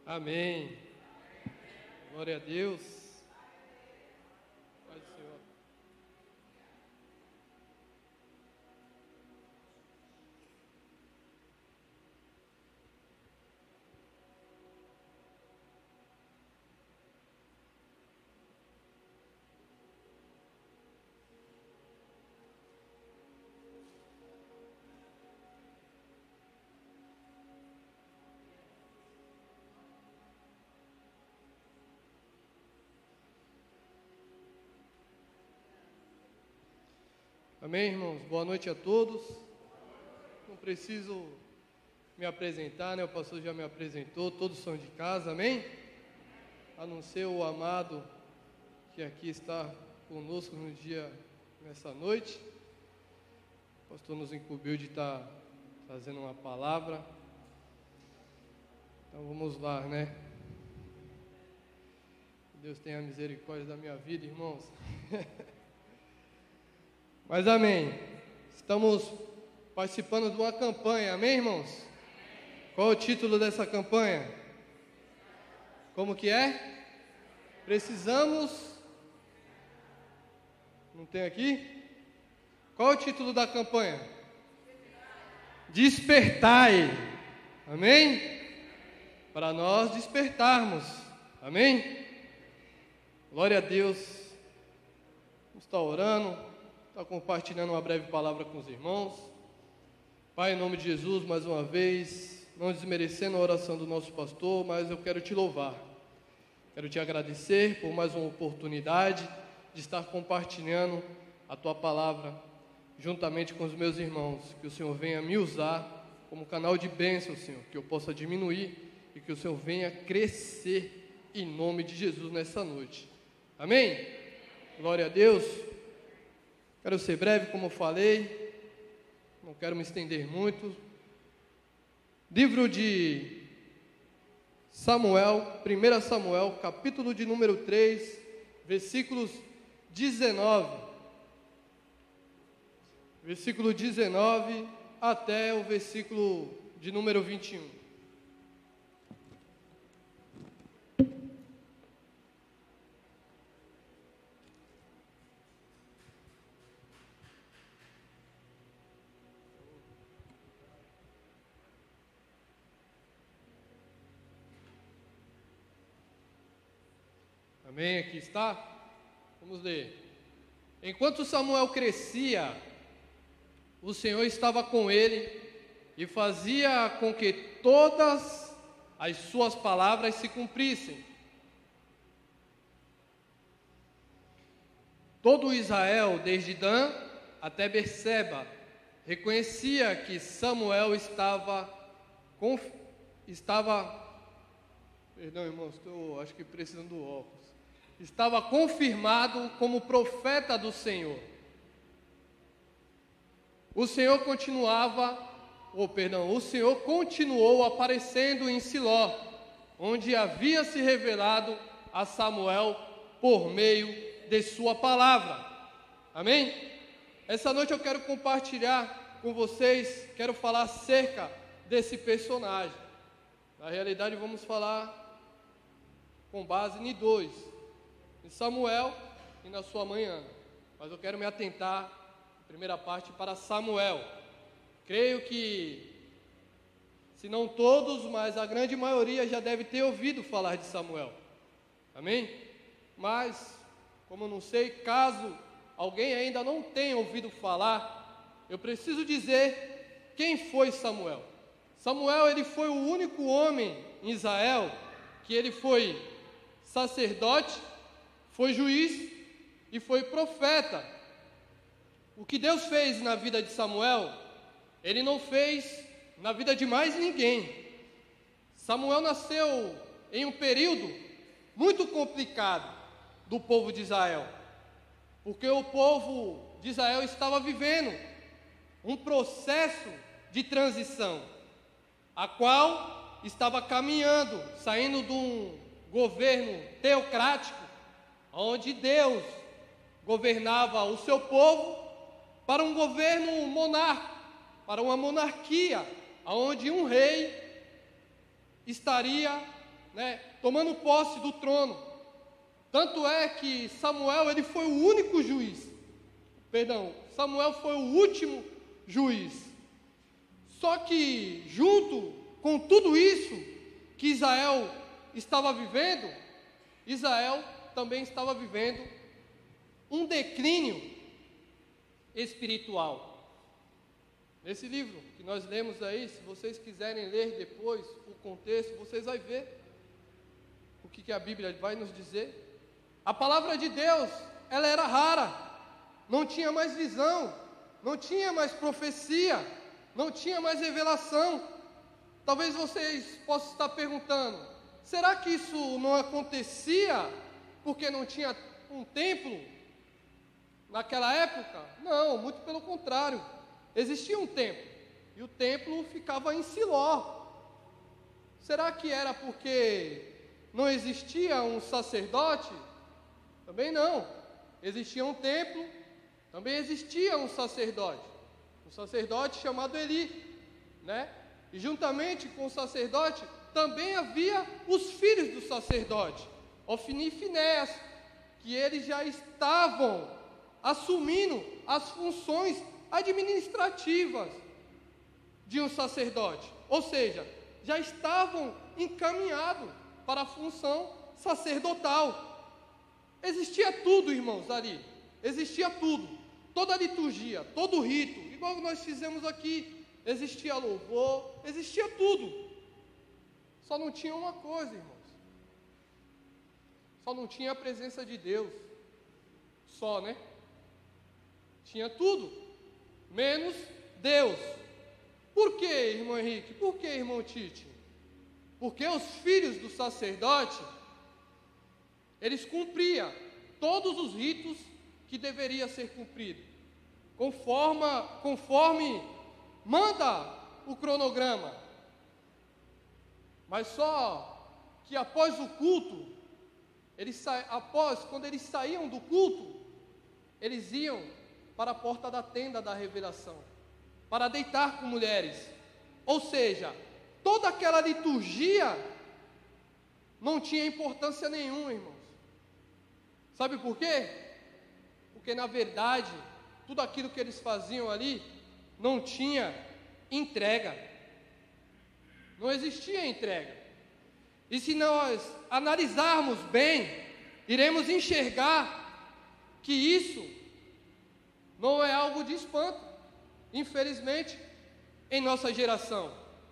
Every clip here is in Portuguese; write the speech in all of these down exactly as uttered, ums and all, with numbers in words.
Amém. Glória a Deus. Paz do Senhor. Amém, irmãos? Boa noite a todos. Não preciso me apresentar, né? O pastor já me apresentou, todos são de casa, amém? A não ser o amado que aqui está conosco no dia, nessa noite. O pastor nos incumbiu de estar trazendo uma palavra. Então vamos lá, né? Que Deus tenha misericórdia da minha vida, irmãos. Mas amém, estamos participando de uma campanha, amém, irmãos? Qual é o título dessa campanha? Como que é? Precisamos... Não tem aqui? Qual é o título da campanha? Despertai, amém? Para nós despertarmos, amém? Glória a Deus. Vamos estar orando. Está compartilhando uma breve palavra com os irmãos. Pai, em nome de Jesus, mais uma vez, não desmerecendo a oração do nosso pastor, mas eu quero te louvar. Quero te agradecer por mais uma oportunidade de estar compartilhando a tua palavra juntamente com os meus irmãos. Que o Senhor venha me usar como canal de bênção, Senhor, que eu possa diminuir e que o Senhor venha crescer em nome de Jesus nessa noite. Amém? Glória a Deus. Quero ser breve, como eu falei, não quero me estender muito. Livro de Samuel, primeiro Samuel, capítulo de número três, versículos dezenove. Versículo dezenove até o versículo de número vinte e um. Amém, aqui está. Vamos ler. Enquanto Samuel crescia, o Senhor estava com ele e fazia com que todas as suas palavras se cumprissem. Todo Israel, desde Dan até Berseba, reconhecia que Samuel estava conf... estava Perdão, irmãos, estou acho que precisando do óculos. Estava confirmado como profeta do Senhor. O Senhor continuava, ou perdão, o Senhor continuou aparecendo em Siló, onde havia se revelado a Samuel por meio de sua palavra. Amém? Essa noite eu quero compartilhar com vocês, quero falar acerca desse personagem. Na realidade vamos falar com base em dois. Em Samuel e na sua mãe Ana. Mas eu quero me atentar, na primeira parte, para Samuel. Creio que, se não todos, mas a grande maioria já deve ter ouvido falar de Samuel. Amém? Mas, como eu não sei, caso alguém ainda não tenha ouvido falar, eu preciso dizer quem foi Samuel. Samuel, ele foi o único homem em Israel que ele foi sacerdote, foi juiz e foi profeta. O que Deus fez na vida de Samuel, ele não fez na vida de mais ninguém. Samuel nasceu em um período muito complicado do povo de Israel, porque o povo de Israel estava vivendo um processo de transição, a qual estava caminhando, saindo de um governo teocrático, onde Deus governava o seu povo, para um governo monárquico, para uma monarquia, onde um rei estaria né, tomando posse do trono. Tanto é que Samuel, ele foi o único juiz. Perdão, Samuel foi o último juiz. Só que, junto com tudo isso que Israel estava vivendo, Israel também estava vivendo um declínio espiritual. Nesse livro que nós lemos aí, se vocês quiserem ler depois o contexto, vocês vão ver o que, que a Bíblia vai nos dizer. A palavra de Deus, ela era rara, não tinha mais visão, não tinha mais profecia, não tinha mais revelação. Talvez vocês possam estar perguntando, será que isso não acontecia porque não tinha um templo naquela época? Não, muito pelo contrário. Existia um templo, e o templo ficava em Siló. Será que era porque não existia um sacerdote? Também não. Existia um templo, também existia um sacerdote. Um sacerdote chamado Eli, né? E juntamente com o sacerdote, também havia os filhos do sacerdote, Ofni e Finéias, que eles já estavam assumindo as funções administrativas de um sacerdote, ou seja, já estavam encaminhados para a função sacerdotal. Existia tudo, irmãos, ali, existia tudo, toda a liturgia, todo o rito, igual nós fizemos aqui, existia louvor, existia tudo, só não tinha uma coisa, irmãos, só não tinha a presença de Deus, só, né? Tinha tudo, menos Deus. Por que, irmão Henrique? Por que, irmão Tite? Porque os filhos do sacerdote, eles cumpriam todos os ritos que deveriam ser cumpridos, conforme, conforme manda o cronograma. Mas só que após o culto, eles sa... após, quando eles saíam do culto, eles iam para a porta da tenda da revelação, para deitar com mulheres. Ou seja, toda aquela liturgia não tinha importância nenhuma, irmãos. Sabe por quê? Porque na verdade, tudo aquilo que eles faziam ali não tinha entrega. Não existia entrega. E se nós analisarmos bem, iremos enxergar que isso não é algo de espanto, infelizmente, em nossa geração.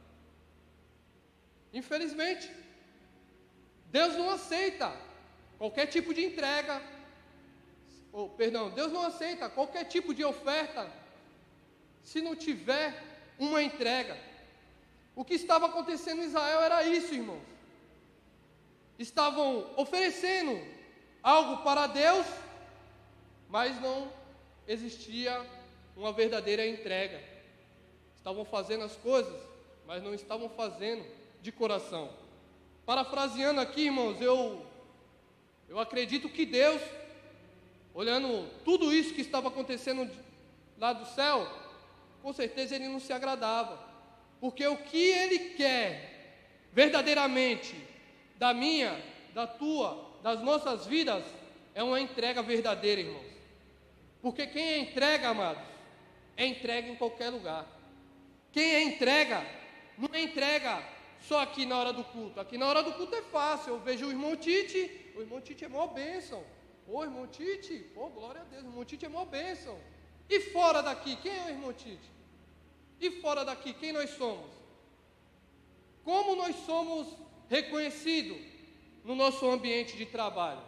Infelizmente, Deus não aceita qualquer tipo de entrega, ou, perdão, Deus não aceita qualquer tipo de oferta se não tiver uma entrega. O que estava acontecendo em Israel era isso, irmãos. Estavam oferecendo algo para Deus, mas não existia uma verdadeira entrega. Estavam fazendo as coisas, mas não estavam fazendo de coração. Parafraseando aqui, irmãos, eu, eu acredito que Deus, olhando tudo isso que estava acontecendo lá do céu, com certeza Ele não se agradava, porque o que Ele quer verdadeiramente da minha, da tua, das nossas vidas, é uma entrega verdadeira, irmãos. Porque quem é entrega, amados, é entrega em qualquer lugar. Quem é entrega, não é entrega só aqui na hora do culto. Aqui na hora do culto é fácil. Eu vejo o irmão Tite, o irmão Tite é maior bênção. Ô irmão Tite, pô, glória a Deus, o irmão Tite é maior bênção. E fora daqui, quem é o irmão Tite? E fora daqui, quem nós somos? Como nós somos reconhecidos no nosso ambiente de trabalho?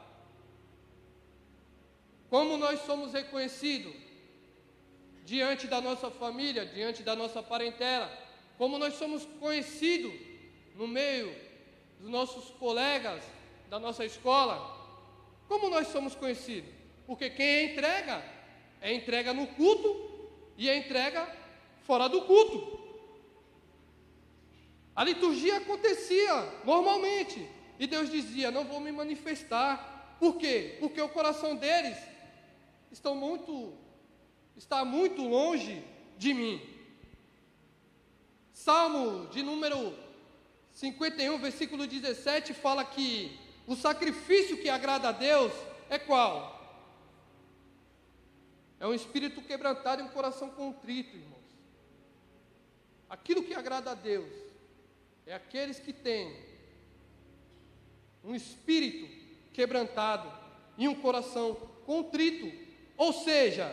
Como nós somos reconhecidos diante da nossa família, diante da nossa parentela? Como nós somos conhecidos no meio dos nossos colegas da nossa escola? Como nós somos conhecidos? Porque quem é entrega, é entrega no culto e é entrega fora do culto. A liturgia acontecia normalmente e Deus dizia: não vou me manifestar. Por quê? Porque o coração deles estão muito, está muito longe de mim. Salmo de número cinquenta e um, versículo dezessete, fala que o sacrifício que agrada a Deus é qual? É um espírito quebrantado e um coração contrito, irmãos. Aquilo que agrada a Deus é aqueles que têm um espírito quebrantado e um coração contrito, ou seja,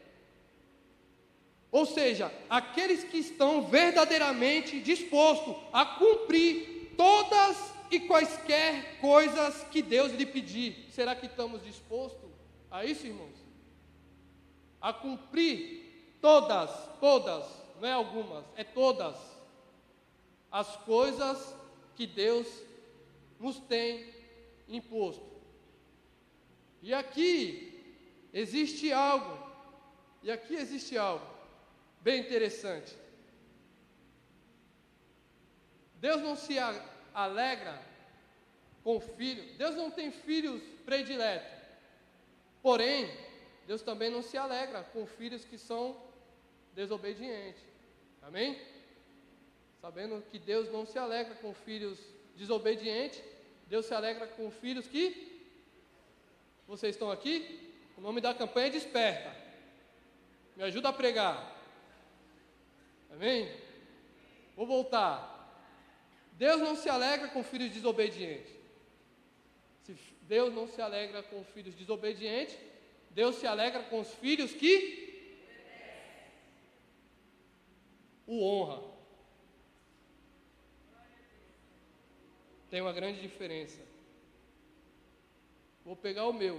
ou seja, aqueles que estão verdadeiramente dispostos a cumprir todas e quaisquer coisas que Deus lhe pedir. Será que estamos dispostos a isso, irmãos? A cumprir todas, todas, não é algumas, é todas as coisas que Deus nos tem imposto. E aqui existe algo, e aqui existe algo bem interessante. Deus não se alegra com o filho, Deus não tem filhos prediletos, porém, Deus também não se alegra com filhos que são desobedientes, amém? Sabendo que Deus não se alegra com filhos desobedientes, Deus se alegra com filhos que... Vocês estão aqui? O nome da campanha é Desperta. Me ajuda a pregar. Amém? Vou voltar. Deus não se alegra com filhos desobedientes. Se Deus não se alegra com filhos desobedientes, Deus se alegra com os filhos que o honra. Tem uma grande diferença. Vou pegar o meu.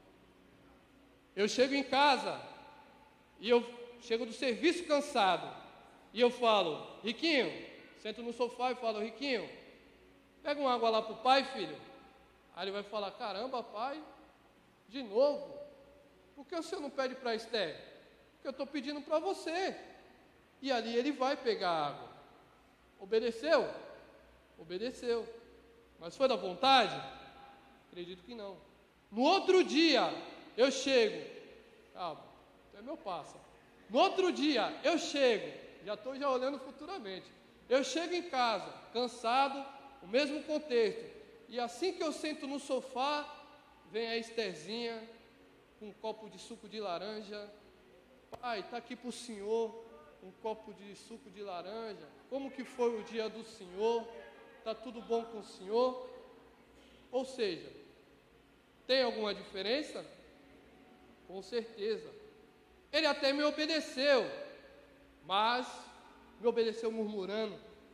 Eu chego em casa e eu chego do serviço cansado e eu falo, Riquinho, sento no sofá e falo, Riquinho, pega uma água lá pro pai, filho. Aí ele vai falar, caramba, pai, de novo? Por que o senhor não pede para a Esther? Porque eu estou pedindo para você. E ali ele vai pegar a água. Obedeceu? Obedeceu. Mas foi da vontade? Acredito que não. No outro dia, eu chego. Calma, é meu pássaro. No outro dia, eu chego. Já estou já olhando futuramente. Eu chego em casa, cansado, o mesmo contexto. E assim que eu sento no sofá, vem a Estherzinha com um copo de suco de laranja. Pai, está aqui para o senhor um copo de suco de laranja. Como que foi o dia do senhor? Está tudo bom com o senhor? Ou seja, tem alguma diferença? Com certeza. Ele até me obedeceu, mas me obedeceu murmurando.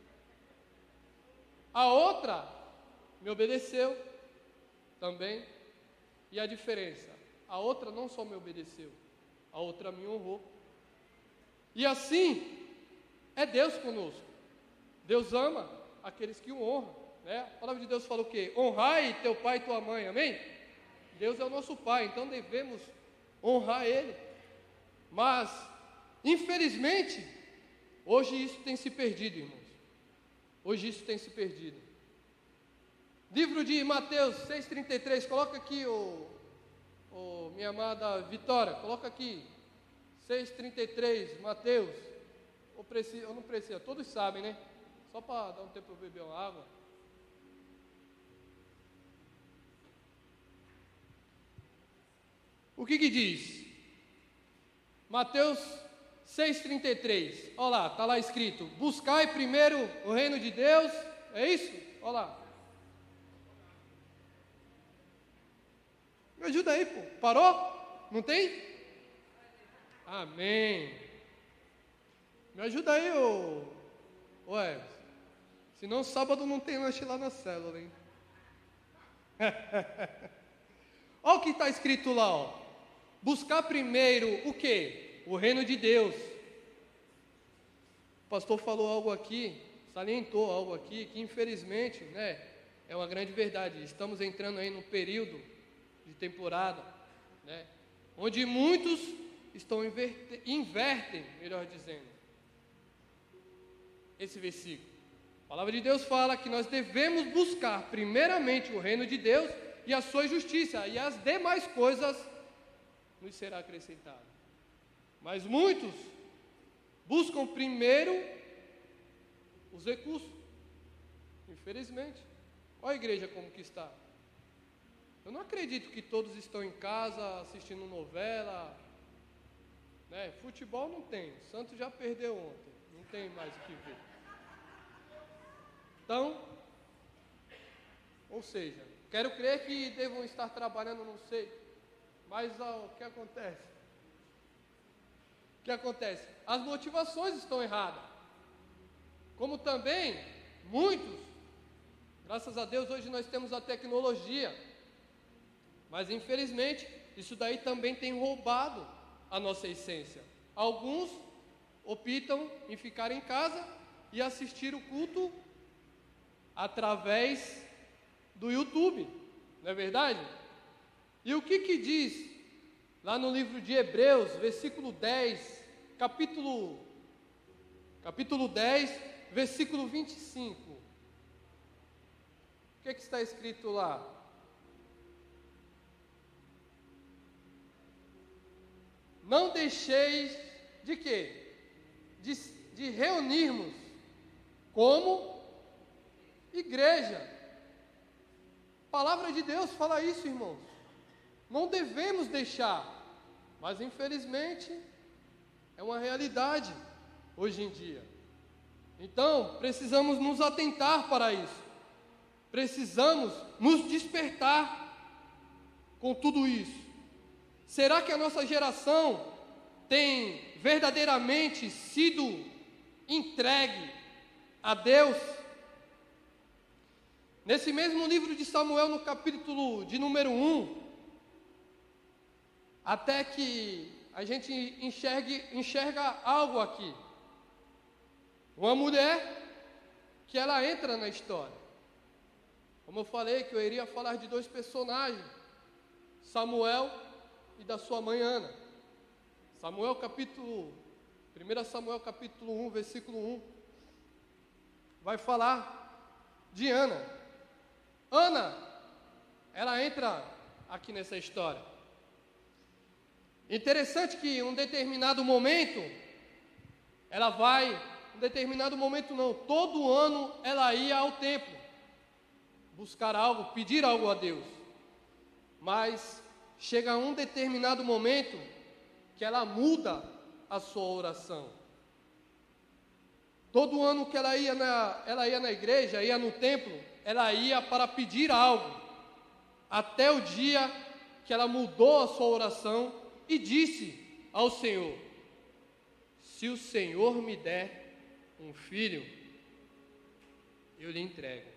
A outra me obedeceu também. E a diferença? A outra não só me obedeceu, a outra me honrou. E assim é Deus conosco. Deus ama aqueles que o honram, né? A palavra de Deus fala o quê? Honrai teu pai e tua mãe, amém? Deus é o nosso pai, então devemos honrar ele. Mas, infelizmente, hoje isso tem se perdido, irmãos. Hoje isso tem se perdido. Livro de Mateus seis, trinta e três, coloca aqui, o, o, minha amada Vitória, coloca aqui, seis, trinta e três, Mateus. Eu, preciso, eu não preciso, todos sabem, né? Só para dar um tempo para eu beber uma água. O que que diz? Mateus seis, trinta e três. Olha lá, está lá escrito: buscai primeiro o reino de Deus. É isso? Olha lá. Me ajuda aí, pô. Parou? Não tem? Amém. Me ajuda aí, ô. Ué. Senão sábado não tem lanche lá na célula, hein? Olha o que está escrito lá, ó. Buscar primeiro o quê? O reino de Deus. O pastor falou algo aqui, salientou algo aqui, que infelizmente, né, é uma grande verdade. Estamos entrando aí num período de temporada, né, onde muitos estão inverte, invertem, melhor dizendo, esse versículo. A palavra de Deus fala que nós devemos buscar primeiramente o reino de Deus e a sua justiça, e as demais coisas nos será acrescentado. Mas muitos buscam primeiro os recursos, Infelizmente. Olha a igreja como que está. Eu não acredito que todos estão em casa assistindo novela, né? Futebol não tem, o Santos já perdeu ontem, não tem mais o que ver. Então, ou seja, quero crer que devam estar trabalhando, não sei, mas ó, o que acontece? O que acontece? As motivações estão erradas, como também muitos, graças a Deus hoje nós temos a tecnologia, mas infelizmente isso daí também tem roubado a nossa essência. Alguns optam em ficar em casa e assistir o culto através do YouTube, não é verdade? E o que que diz lá no livro de Hebreus, versículo dez, capítulo, capítulo dez, versículo vinte e cinco? O que que está escrito lá? Não deixeis de quê? De, de reunirmos como igreja. A palavra de Deus fala isso, irmãos. Não devemos deixar, mas infelizmente é uma realidade hoje em dia. Então, precisamos nos atentar para isso. Precisamos nos despertar com tudo isso. Será que a nossa geração tem verdadeiramente sido entregue a Deus? Nesse mesmo livro de Samuel, no capítulo de número um, até que a gente enxergue, enxerga algo aqui. Uma mulher que ela entra na história. Como eu falei, que eu iria falar de dois personagens, Samuel e da sua mãe Ana. Samuel capítulo, primeiro Samuel capítulo um, versículo um, vai falar de Ana. Ana, ela entra aqui nessa história. Interessante que em um determinado momento, ela vai, um determinado momento não, todo ano ela ia ao templo, buscar algo, pedir algo a Deus. Mas chega um determinado momento que ela muda a sua oração. Todo ano que ela ia na, ela ia na igreja, ia no templo, ela ia para pedir algo, até o dia que ela mudou a sua oração e disse ao Senhor: se o Senhor me der um filho, eu lhe entrego.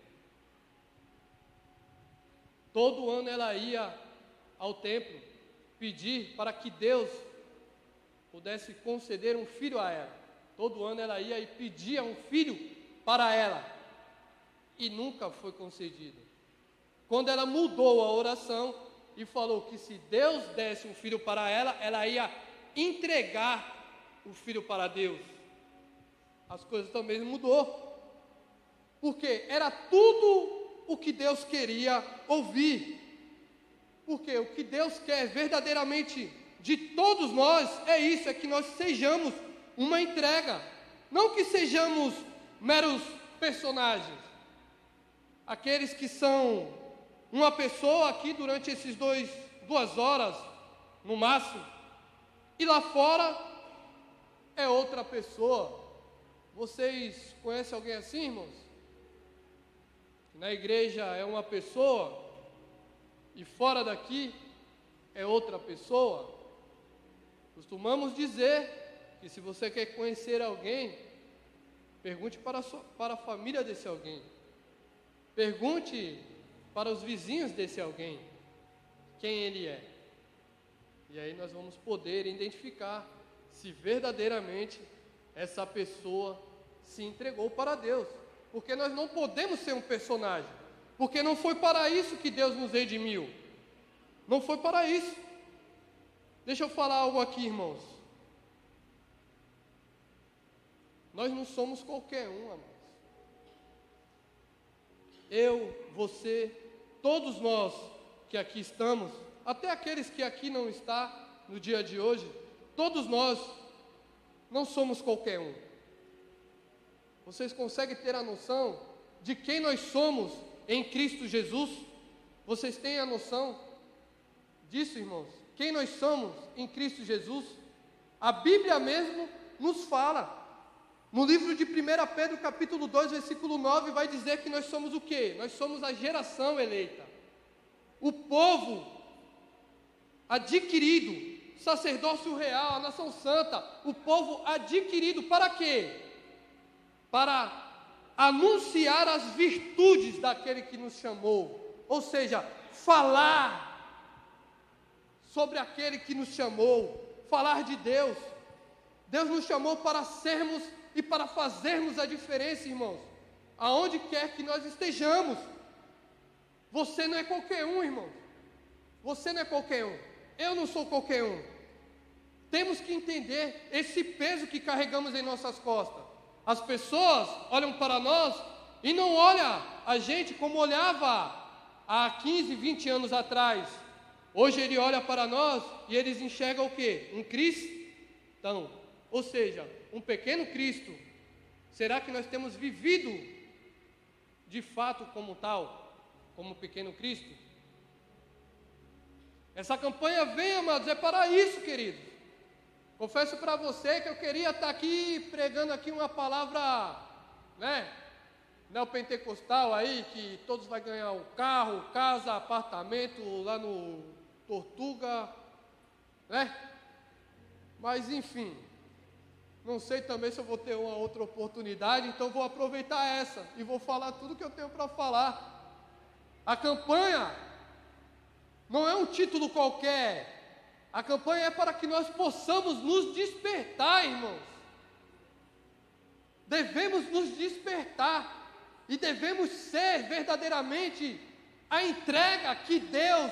Todo ano ela ia ao templo pedir para que Deus pudesse conceder um filho a ela. Todo ano ela ia e pedia um filho para ela, e nunca foi concedido. Quando ela mudou a oração e falou que se Deus desse um filho para ela, ela ia entregar o filho para Deus, as coisas também mudou, porque era tudo o que Deus queria ouvir. Porque o que Deus quer verdadeiramente de todos nós é isso, é que nós sejamos uma entrega, não que sejamos meros personagens, aqueles que são uma pessoa aqui durante esses dois, duas horas no máximo, e lá fora é outra pessoa. Vocês conhecem alguém assim, irmãos? Na igreja é uma pessoa e fora daqui é outra pessoa. Costumamos dizer que se você quer conhecer alguém, pergunte para a, sua, para a família desse alguém. Pergunte para os vizinhos desse alguém quem ele é. E aí nós vamos poder identificar se verdadeiramente essa pessoa se entregou para Deus. Porque nós não podemos ser um personagem. Porque não foi para isso que Deus nos redimiu. Não foi para isso. Deixa eu falar algo aqui, irmãos. Nós não somos qualquer um, amados. Eu, você, todos nós que aqui estamos, até aqueles que aqui não estão no dia de hoje, todos nós não somos qualquer um. Vocês conseguem ter a noção de quem nós somos em Cristo Jesus? Vocês têm a noção disso, irmãos? Quem nós somos em Cristo Jesus? A Bíblia mesmo nos fala. No livro de primeira Pedro, capítulo dois, versículo nove, vai dizer que nós somos o quê? Nós somos a geração eleita, o povo adquirido, sacerdócio real, a nação santa, o povo adquirido, para quê? Para anunciar as virtudes daquele que nos chamou, ou seja, falar sobre aquele que nos chamou, falar de Deus. Deus nos chamou para sermos e para fazermos a diferença, irmãos, aonde quer que nós estejamos. Você não é qualquer um, irmão. Você não é qualquer um. Eu não sou qualquer um. Temos que entender esse peso que carregamos em nossas costas. As pessoas olham para nós e não olham a gente como olhava há quinze, vinte anos atrás. Hoje ele olha para nós e eles enxergam o quê? Um cristão. Ou seja, um pequeno Cristo. Será que nós temos vivido de fato como tal? Como um pequeno Cristo? Essa campanha vem, amados, é para isso, queridos. Confesso para você que eu queria estar aqui pregando aqui uma palavra, né, neopentecostal aí, que todos vão ganhar um carro, casa, apartamento lá no Tortuga, né? Mas enfim, não sei também se eu vou ter uma outra oportunidade, então vou aproveitar essa e vou falar tudo que eu tenho para falar. A campanha não é um título qualquer. A campanha é para que nós possamos nos despertar, irmãos. Devemos nos despertar e devemos ser verdadeiramente a entrega que Deus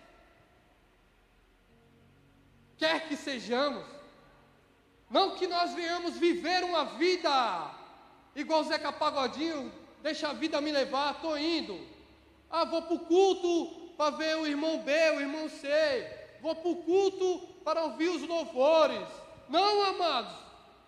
quer que sejamos. Não que nós venhamos viver uma vida igual Zeca Pagodinho, deixa a vida me levar, estou indo. Ah, vou para o culto para ver o irmão B, o irmão C. Vou para o culto para ouvir os louvores. Não, amados.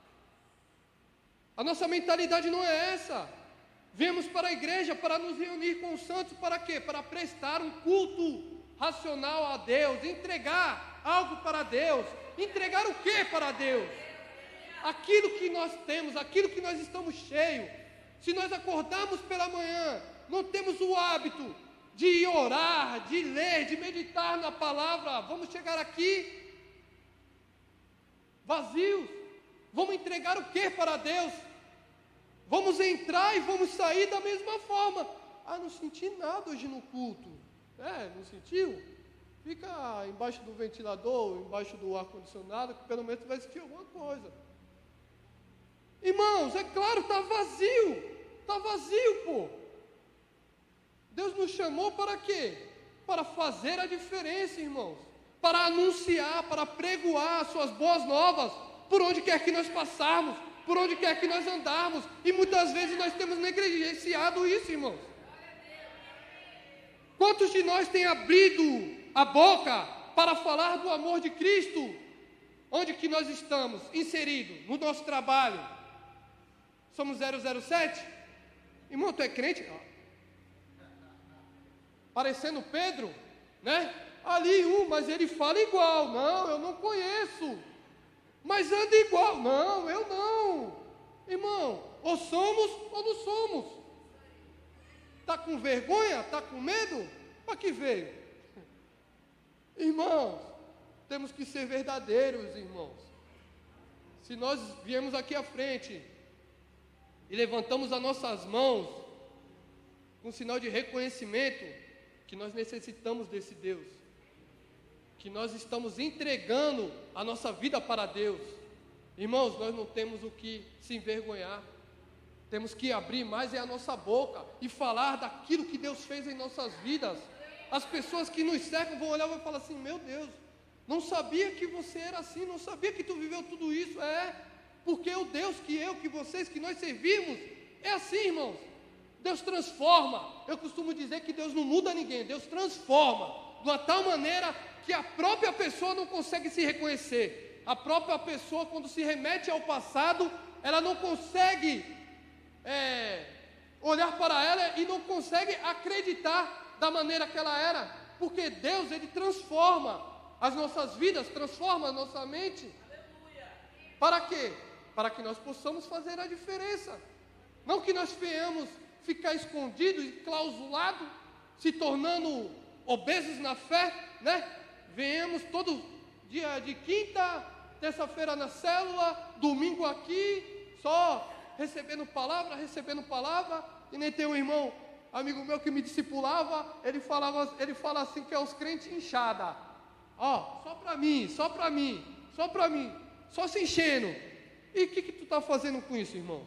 A nossa mentalidade não é essa. Viemos para a igreja para nos reunir com os santos, para quê? Para prestar um culto racional a Deus, entregar algo para Deus. Entregar o que para Deus? Aquilo que nós temos, aquilo que nós estamos cheios. Se nós acordarmos pela manhã, não temos o hábito de orar, de ler, de meditar na palavra, vamos chegar aqui vazios. Vamos entregar o que para Deus? Vamos entrar e vamos sair da mesma forma. Ah, não senti nada hoje no culto. É, não sentiu? Fica embaixo do ventilador, embaixo do ar-condicionado, que pelo menos vai sentir alguma coisa. Irmãos, é claro, está vazio. Está vazio, pô. Deus nos chamou para quê? Para fazer a diferença, irmãos. Para anunciar, para pregoar as suas boas novas, por onde quer que nós passarmos, por onde quer que nós andarmos. E muitas vezes nós temos negligenciado isso, irmãos. Quantos de nós têm abrido a boca para falar do amor de Cristo? Onde que nós estamos inseridos? No nosso trabalho. Somos zero zero sete? Irmão, tu é crente? Parecendo Pedro, né? Ali um, mas ele fala igual. Não, eu não conheço. Mas anda igual. Não, eu não. Irmão, ou somos ou não somos. Está com vergonha? Está com medo? Para que veio? Irmãos, temos que ser verdadeiros, irmãos. Se nós viemos aqui à frente e levantamos as nossas mãos com sinal de reconhecimento que nós necessitamos desse Deus, que nós estamos entregando a nossa vida para Deus. Irmãos, nós não temos o que se envergonhar. Temos que abrir mais a nossa boca e falar daquilo que Deus fez em nossas vidas. As pessoas que nos cercam vão olhar e vão falar assim: meu Deus, não sabia que você era assim, não sabia que tu viveu tudo isso. É, porque o Deus que eu, que vocês, que nós servimos, é assim, irmãos. Deus transforma. Eu costumo dizer que Deus não muda ninguém, Deus transforma de uma tal maneira que a própria pessoa não consegue se reconhecer. A própria pessoa, quando se remete ao passado, ela não consegue é, olhar para ela e não consegue acreditar da maneira que ela era, porque Deus, Ele transforma as nossas vidas, transforma a nossa mente. Para quê? Para que nós possamos fazer a diferença. Não que nós venhamos ficar escondidos e clausulados, se tornando obesos na fé, né? Venhamos todo dia de quinta, terça-feira na célula, domingo aqui, só recebendo palavra, recebendo palavra, e nem tem um irmão, amigo meu que me discipulava, ele falava, ele fala assim que é os crentes inchada. Ó, só para mim, só para mim, só para mim, só se enchendo. E o que que tu está fazendo com isso, irmãos?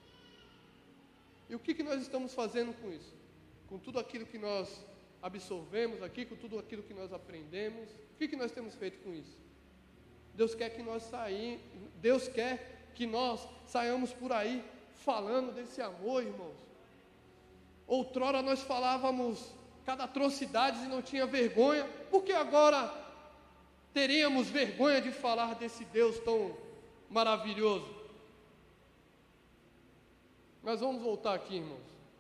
E o que que nós estamos fazendo com isso? Com tudo aquilo que nós absorvemos aqui, com tudo aquilo que nós aprendemos, o que que nós temos feito com isso? Deus quer que nós saímos, Deus quer que nós saiamos por aí falando desse amor, irmãos. Outrora nós falávamos cada atrocidade e não tinha vergonha, porque agora teríamos vergonha de falar desse Deus tão maravilhoso? Mas vamos voltar aqui, irmãos.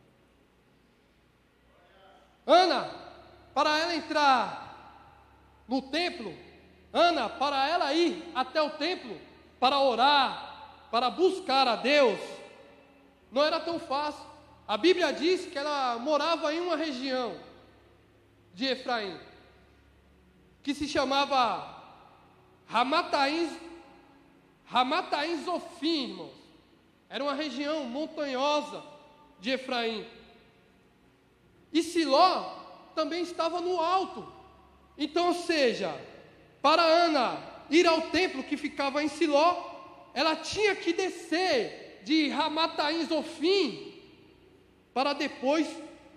Ana, para ela entrar no templo, Ana, para ela ir até o templo, para orar, para buscar a Deus, não era tão fácil. A Bíblia diz que ela morava em uma região de Efraim, que se chamava Ramataim, Ramataim Zofim, irmãos. Era uma região montanhosa de Efraim. E Siló também estava no alto. Então, ou seja, para Ana ir ao templo que ficava em Siló, ela tinha que descer de Ramataim Zofim para depois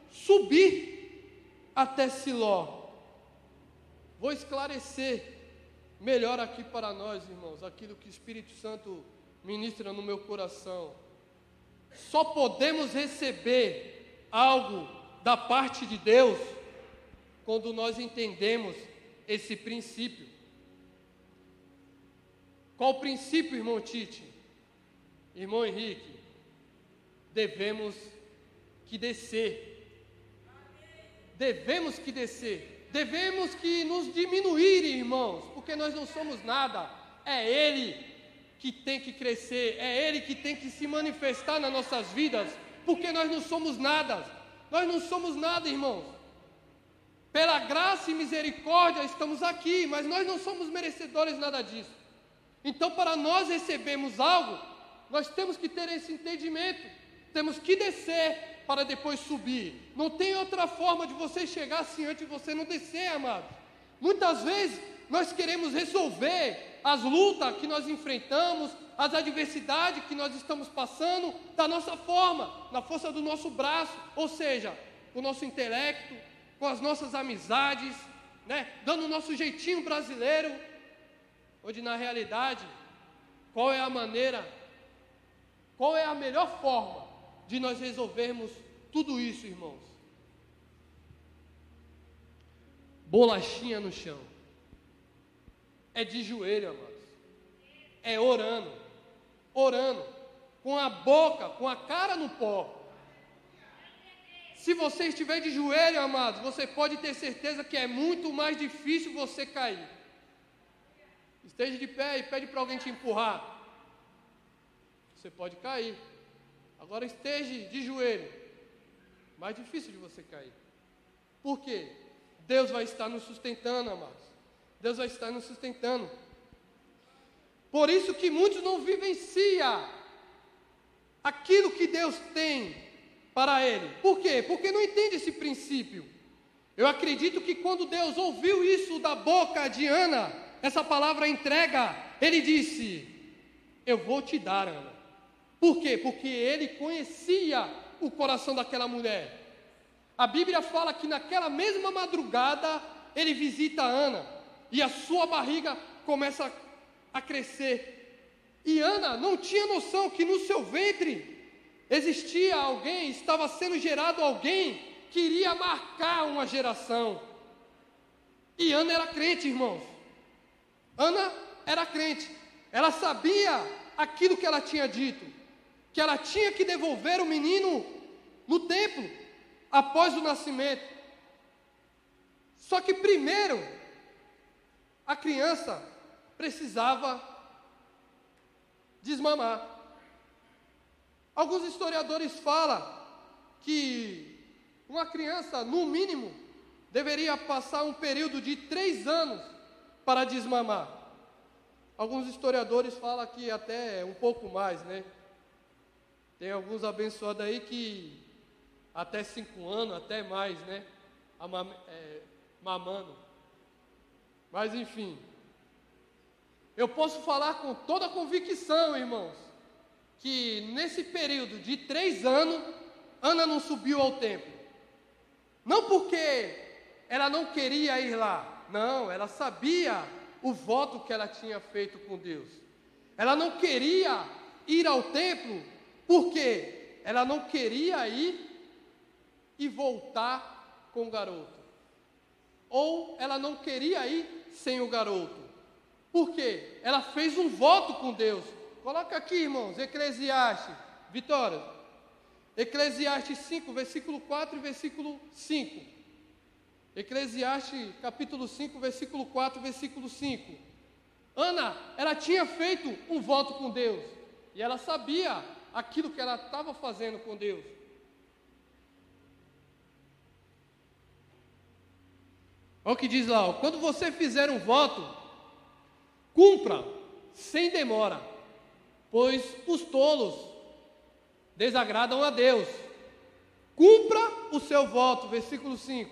subir até Siló. Vou esclarecer melhor aqui para nós, irmãos, aquilo que o Espírito Santo ministra no meu coração. Só podemos receber algo da parte de Deus quando nós entendemos esse princípio. Qual o princípio, irmão Tite? Irmão Henrique? Devemos que descer. Devemos que descer. Devemos que nos diminuir, irmãos, porque nós não somos nada. É Ele que tem que crescer, é Ele que tem que se manifestar nas nossas vidas, porque nós não somos nada. Nós não somos nada, irmãos. Pela graça e misericórdia estamos aqui, mas nós não somos merecedores nada disso. Então, para nós recebermos algo, nós temos que ter esse entendimento. Temos que descer para depois subir. Não tem outra forma de você chegar assim antes de você não descer, amados. Muitas vezes nós queremos resolver as lutas que nós enfrentamos, as adversidades que nós estamos passando da nossa forma, na força do nosso braço, ou seja, com o nosso intelecto, com as nossas amizades, né? Dando o nosso jeitinho brasileiro, onde na realidade, qual é a maneira, qual é a melhor forma de nós resolvermos tudo isso, irmãos? Bolachinha no chão. É de joelho, amados. É orando, orando, com a boca, com a cara no pó. Se você estiver de joelho, amados, você pode ter certeza que é muito mais difícil você cair. Esteja de pé e pede para alguém te empurrar. Você pode cair. Agora esteja de joelho. Mais difícil de você cair. Por quê? Deus vai estar nos sustentando, amados. Deus vai estar nos sustentando. Por isso que muitos não vivenciam aquilo que Deus tem para ele. Por quê? Porque não entende esse princípio. Eu acredito que quando Deus ouviu isso da boca de Ana, essa palavra entrega, Ele disse: eu vou te dar, Ana. Por quê? Porque Ele conhecia o coração daquela mulher. A Bíblia fala que naquela mesma madrugada, Ele visita Ana, e a sua barriga começa a crescer. E Ana não tinha noção que no seu ventre existia alguém, estava sendo gerado alguém que iria marcar uma geração. E Ana era crente, irmãos. Ana era crente. Ela sabia aquilo que ela tinha dito, que ela tinha que devolver o menino no templo, após o nascimento. Só que primeiro, a criança precisava desmamar. Alguns historiadores falam que uma criança, no mínimo, deveria passar um período de três anos para desmamar. Alguns historiadores falam que até um pouco mais, né? Tem alguns abençoados aí que até cinco anos, até mais, né? Ama, é, mamando. Mas enfim, eu posso falar com toda a convicção, irmãos, que nesse período de três anos, Ana não subiu ao templo. Não porque ela não queria ir lá, não, ela sabia o voto que ela tinha feito com Deus. Ela não queria ir ao templo porque ela não queria ir e voltar com o garoto. Ou ela não queria ir sem o garoto. Por quê? Ela fez um voto com Deus. Coloca aqui, irmãos, Eclesiastes, Vitória, Eclesiastes cinco, versículo quatro e versículo cinco. Eclesiastes capítulo cinco, versículo quatro, versículo cinco. Ana, ela tinha feito um voto com Deus, e ela sabia aquilo que ela estava fazendo com Deus. Olha o que diz lá, ó, quando você fizer um voto, cumpra sem demora, pois os tolos desagradam a Deus. Cumpra o seu voto, versículo cinco.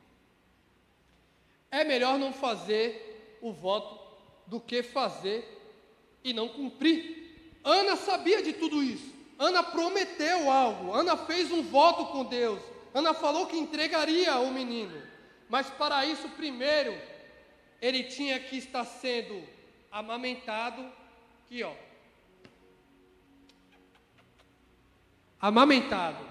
É melhor não fazer o voto do que fazer e não cumprir. Ana sabia de tudo isso. Ana prometeu algo. Ana fez um voto com Deus. Ana falou que entregaria o menino. Mas para isso, primeiro, ele tinha que estar sendo amamentado. Aqui, ó. Amamentado.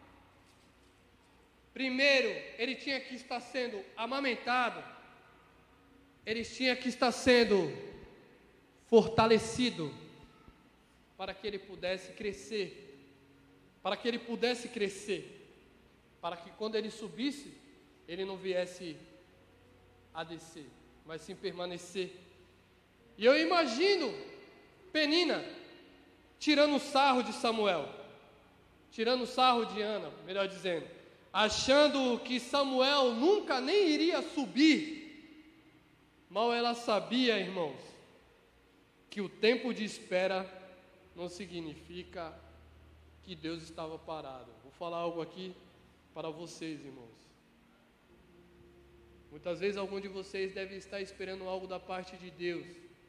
Primeiro, ele tinha que estar sendo amamentado, ele tinha que estar sendo fortalecido para que ele pudesse crescer, para que ele pudesse crescer, para que quando ele subisse, ele não viesse a descer, mas sim permanecer. E eu imagino Penina tirando sarro de Samuel, tirando sarro de Ana, melhor dizendo, achando que Samuel nunca nem iria subir. Mal ela sabia, irmãos, que o tempo de espera não significa que Deus estava parado. Vou falar algo aqui para vocês, irmãos. Muitas vezes algum de vocês deve estar esperando algo da parte de Deus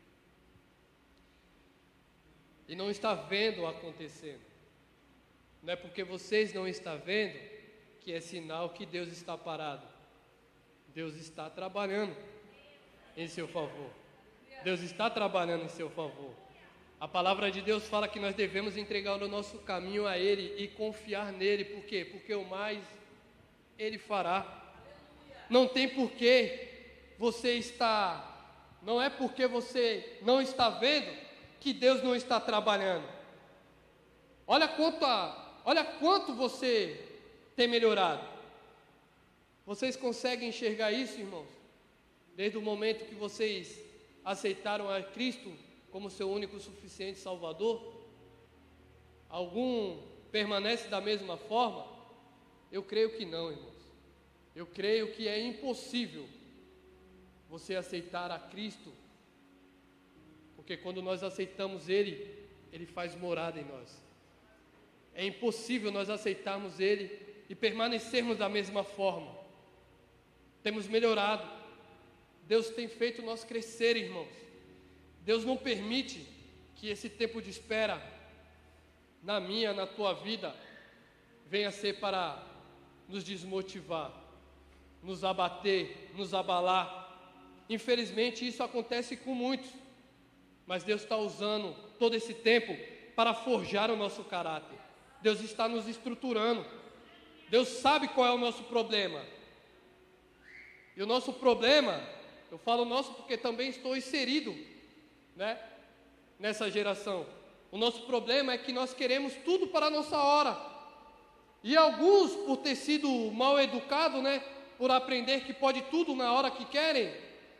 e não está vendo acontecendo. Não é porque vocês não estão vendo que é sinal que Deus está parado. Deus está trabalhando em seu favor. Deus está trabalhando em seu favor. A palavra de Deus fala que nós devemos entregar o nosso caminho a Ele e confiar nele. Por quê? Porque o mais Ele fará. Não tem porquê você está, não é porque você não está vendo que Deus não está trabalhando. Olha quanto, a, olha quanto você tem melhorado. Vocês conseguem enxergar isso, irmãos? Desde o momento que vocês aceitaram a Cristo como seu único e suficiente Salvador? Algum permanece da mesma forma? Eu creio que não, irmãos. Eu creio que é impossível você aceitar a Cristo, porque quando nós aceitamos Ele, Ele faz morada em nós. É impossível nós aceitarmos Ele e permanecermos da mesma forma. Temos melhorado. Deus tem feito nós crescer, irmãos. Deus não permite que esse tempo de espera na minha, na tua vida, venha ser para nos desmotivar, nos abater, nos abalar. Infelizmente isso acontece com muitos, mas Deus está usando todo esse tempo para forjar o nosso caráter. Deus está nos estruturando. Deus sabe qual é o nosso problema. E o nosso problema, eu falo nosso porque também estou inserido, né, nessa geração. O nosso problema é que nós queremos tudo para a nossa hora. E alguns, por ter sido mal educados, né, por aprender que pode tudo na hora que querem,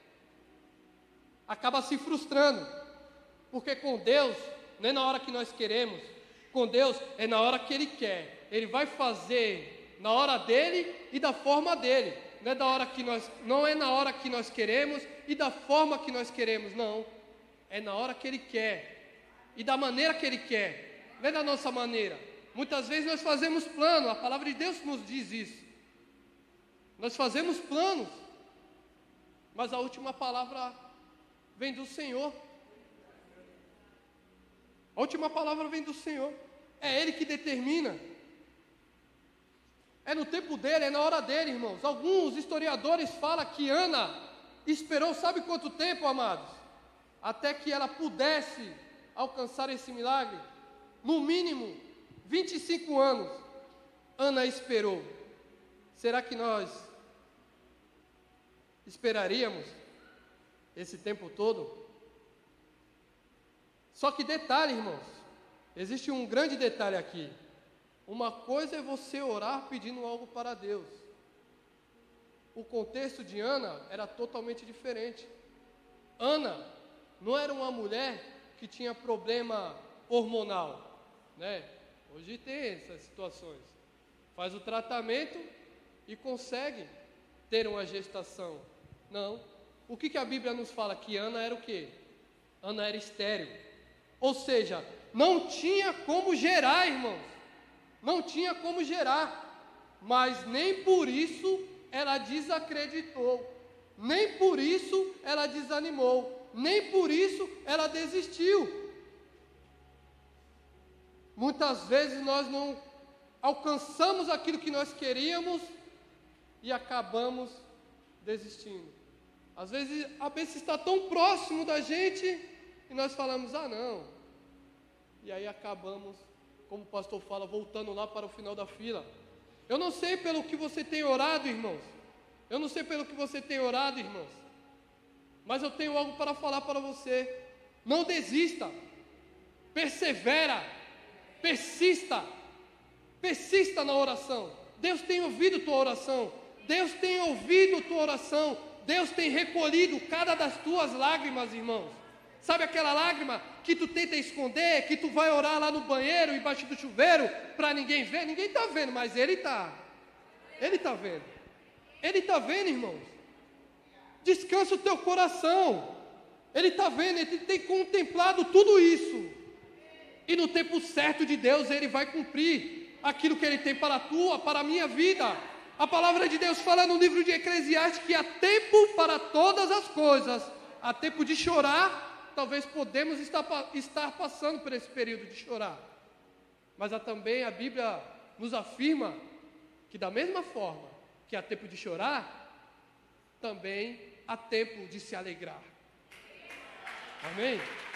acaba se frustrando. Porque com Deus, não é na hora que nós queremos, com Deus é na hora que Ele quer. Ele vai fazer na hora dEle e da forma dEle. Não é, da hora que nós, não é na hora que nós queremos e da forma que nós queremos, não. É na hora que Ele quer e da maneira que Ele quer, não é da nossa maneira. Muitas vezes nós fazemos plano, a palavra de Deus nos diz isso. Nós fazemos planos, mas a última palavra vem do Senhor. A última palavra vem do Senhor. É Ele que determina. É no tempo dele, é na hora dele, irmãos. Alguns historiadores falam que Ana esperou, sabe quanto tempo, amados? Até que ela pudesse alcançar esse milagre. No mínimo, vinte e cinco anos. Ana esperou. Será que nós esperaríamos esse tempo todo? Só que detalhe, irmãos, existe um grande detalhe aqui. Uma coisa é você orar pedindo algo para Deus. O contexto de Ana era totalmente diferente. Ana não era uma mulher que tinha problema hormonal, né? Hoje tem essas situações. Faz o tratamento e consegue ter uma gestação. Não. O que, que a Bíblia nos fala? Que Ana era o quê? Ana era estéril. Ou seja, não tinha como gerar, irmãos. Não tinha como gerar. Mas nem por isso ela desacreditou. Nem por isso ela desanimou. Nem por isso ela desistiu. Muitas vezes nós não alcançamos aquilo que nós queríamos e acabamos desistindo. Às vezes a bênção está tão próximo da gente e nós falamos, ah não. E aí acabamos, como o pastor fala, voltando lá para o final da fila. Eu não sei pelo que você tem orado, irmãos. Eu não sei pelo que você tem orado, irmãos. Mas eu tenho algo para falar para você. Não desista. Persevera. Persista. Persista na oração. Deus tem ouvido tua oração. Deus tem ouvido tua oração. Deus tem recolhido cada das tuas lágrimas, irmãos. Sabe aquela lágrima que tu tenta esconder, que tu vai orar lá no banheiro, embaixo do chuveiro, para ninguém ver? Ninguém está vendo, mas Ele está. Ele está vendo. Ele está vendo, irmãos. Descansa o teu coração. Ele está vendo, Ele tem contemplado tudo isso. E no tempo certo de Deus, Ele vai cumprir aquilo que Ele tem para a tua, para a minha vida. A palavra de Deus fala no livro de Eclesiastes que há tempo para todas as coisas. Há tempo de chorar. Talvez podemos estar, estar passando por esse período de chorar. Mas há também a Bíblia nos afirma que da mesma forma que há tempo de chorar, também há tempo de se alegrar. Amém?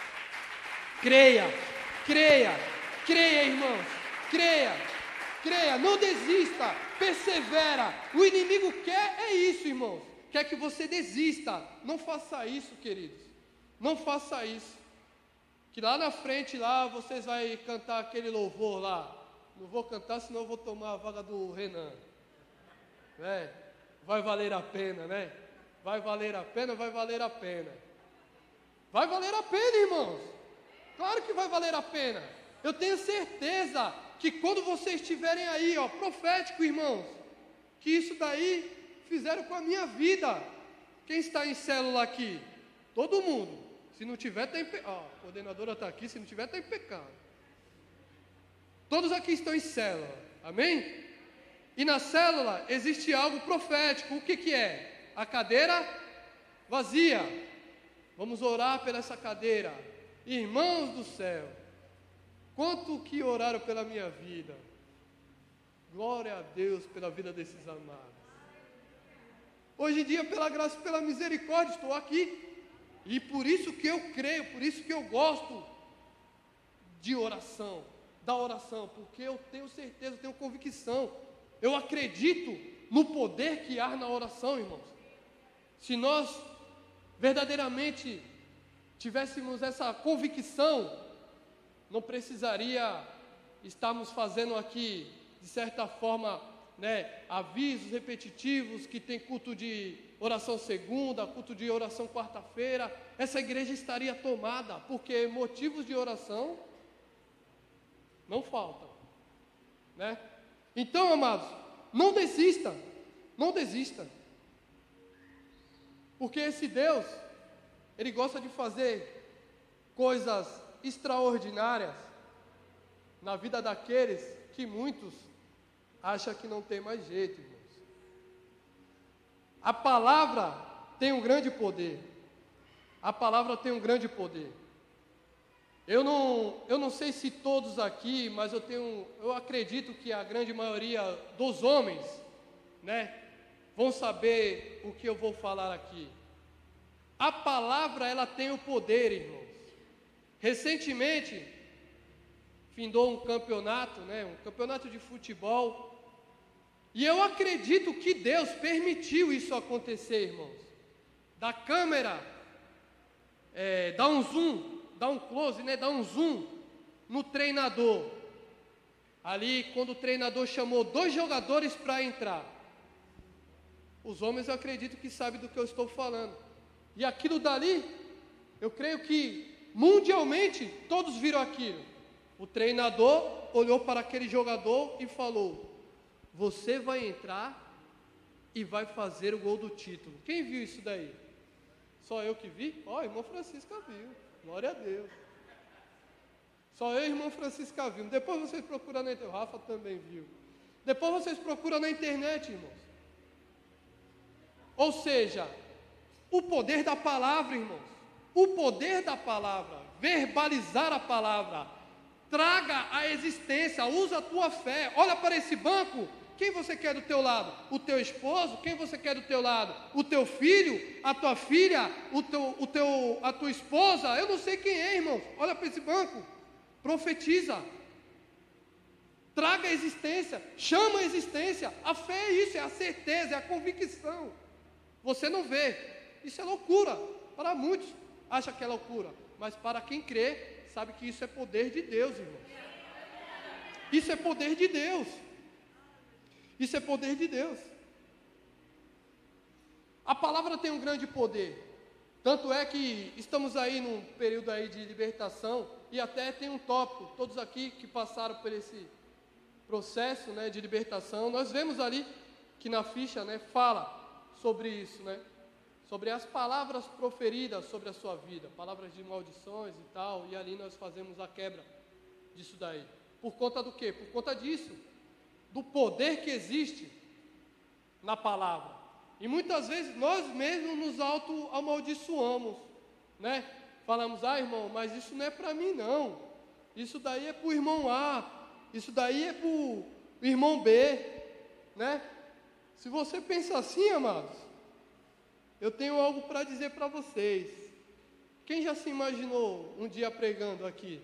Creia, creia, creia, irmãos, creia, creia, não desista, persevera. O inimigo quer é isso, irmãos, quer que você desista. Não faça isso, queridos. Não faça isso, que lá na frente, lá, vocês vão cantar aquele louvor lá. Não vou cantar, senão eu vou tomar a vaga do Renan, né? Vai valer a pena, né? Vai valer a pena, vai valer a pena. Vai valer a pena, irmãos. Claro que vai valer a pena. Eu tenho certeza que quando vocês estiverem aí, ó, profético, irmãos, que isso daí fizeram com a minha vida. Quem está em célula aqui? Todo mundo. Se não tiver, está em pecado. Ó, a coordenadora está aqui, se não tiver, está em pecado. Todos aqui estão em célula. Amém? E na célula existe algo profético. O que que é? A cadeira vazia. Vamos orar pela essa cadeira. Irmãos do céu, quanto que oraram pela minha vida. Glória a Deus pela vida desses amados. Hoje em dia, pela graça e pela misericórdia, estou aqui. E por isso que eu creio, por isso que eu gosto de oração, da oração, porque eu tenho certeza, eu tenho convicção, eu acredito no poder que há na oração, irmãos. Se nós verdadeiramente tivéssemos essa convicção, não precisaria estarmos fazendo aqui de certa forma, né, avisos repetitivos, que tem culto de oração segunda, culto de oração quarta-feira, essa igreja estaria tomada, porque motivos de oração não faltam, né? Então, amados, não desista, não desista, porque esse Deus, Ele gosta de fazer coisas extraordinárias na vida daqueles que muitos acham que não tem mais jeito, irmãos. A palavra tem um grande poder. A palavra tem um grande poder. Eu não, eu não sei se todos aqui, mas eu tenho, eu acredito que a grande maioria dos homens, né, vão saber o que eu vou falar aqui. A palavra, ela tem o poder, irmãos. Recentemente, findou um campeonato, né, um campeonato de futebol, e eu acredito que Deus permitiu isso acontecer, irmãos. Da câmera, é, dá um zoom, dá um close, né, dá um zoom no treinador. Ali, quando o treinador chamou dois jogadores para entrar. Os homens, eu acredito que sabem do que eu estou falando. E aquilo dali, eu creio que mundialmente todos viram aquilo. O treinador olhou para aquele jogador e falou: você vai entrar e vai fazer o gol do título. Quem viu isso daí? Só eu que vi? Ó, oh, irmão Francisca viu. Glória a Deus. Só eu e irmão Francisca vimos. Depois vocês procuram na internet. O Rafa também viu. Depois vocês procuram na internet, irmãos. Ou seja, o poder da palavra, irmãos. O poder da palavra. Verbalizar a palavra. Traga a existência. Usa a tua fé. Olha para esse banco. Quem você quer do teu lado? O teu esposo? Quem você quer do teu lado? O teu filho? A tua filha? O teu, o teu, a tua esposa? Eu não sei quem é, irmãos. Olha para esse banco. Profetiza. Traga a existência. Chama a existência. A fé é isso, é a certeza, é a convicção. Você não vê. Isso é loucura. Para muitos, acha que é loucura. Mas para quem crê, sabe que isso é poder de Deus, irmãos. Isso é poder de Deus. Isso é poder de Deus. A palavra tem um grande poder. Tanto é que estamos aí num período aí de libertação, e até tem um tópico, todos aqui que passaram por esse processo, né, de libertação, nós vemos ali que na ficha, né, fala sobre isso, né, sobre as palavras proferidas sobre a sua vida, palavras de maldições e tal, e ali nós fazemos a quebra disso daí. Por conta do quê? Por conta disso, do poder que existe na palavra. E muitas vezes nós mesmos nos auto-amaldiçoamos, né? Falamos: ah, irmão, mas isso não é para mim não, isso daí é para o irmão A, isso daí é para o irmão B, né? Se você pensa assim, amados, eu tenho algo para dizer para vocês. Quem já se imaginou um dia pregando aqui?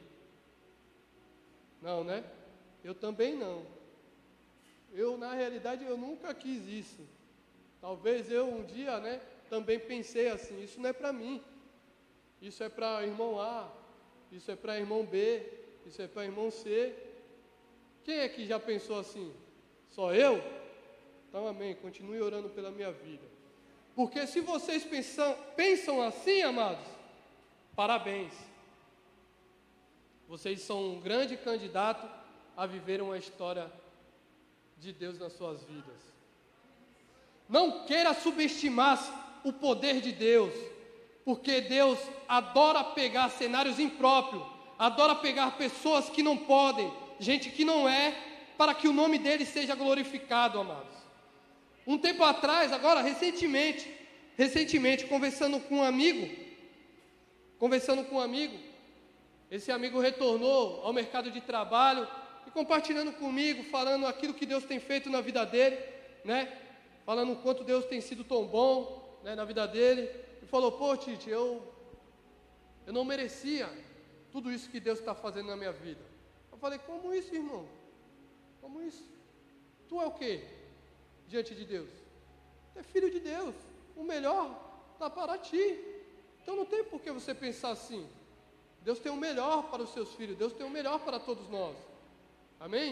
Não, né? Eu também não. Eu, na realidade, eu nunca quis isso. Talvez eu um dia, né, também pensei assim: isso não é para mim, isso é para irmão A, isso é para irmão B, isso é para irmão C. Quem é que já pensou assim? Só eu? Então, amém, continue orando pela minha vida. Porque se vocês pensam, pensam assim, amados, parabéns. Vocês são um grande candidato a viver uma história de Deus nas suas vidas. Não queira subestimar o poder de Deus, porque Deus adora pegar cenários impróprios, adora pegar pessoas que não podem, gente que não é, para que o nome dele seja glorificado, amados. Um tempo atrás, agora recentemente, recentemente, conversando com um amigo, conversando com um amigo, esse amigo retornou ao mercado de trabalho e compartilhando comigo, falando aquilo que Deus tem feito na vida dele, né? Falando o quanto Deus tem sido tão bom, né, na vida dele. E falou: pô, Tite, eu, eu não merecia tudo isso que Deus está fazendo na minha vida. Eu falei: como isso, irmão? Como isso? Tu é o quê diante de Deus? Tu é filho de Deus. O melhor está para ti. Então não tem por que você pensar assim. Deus tem o melhor para os seus filhos. Deus tem o melhor para todos nós. Amém?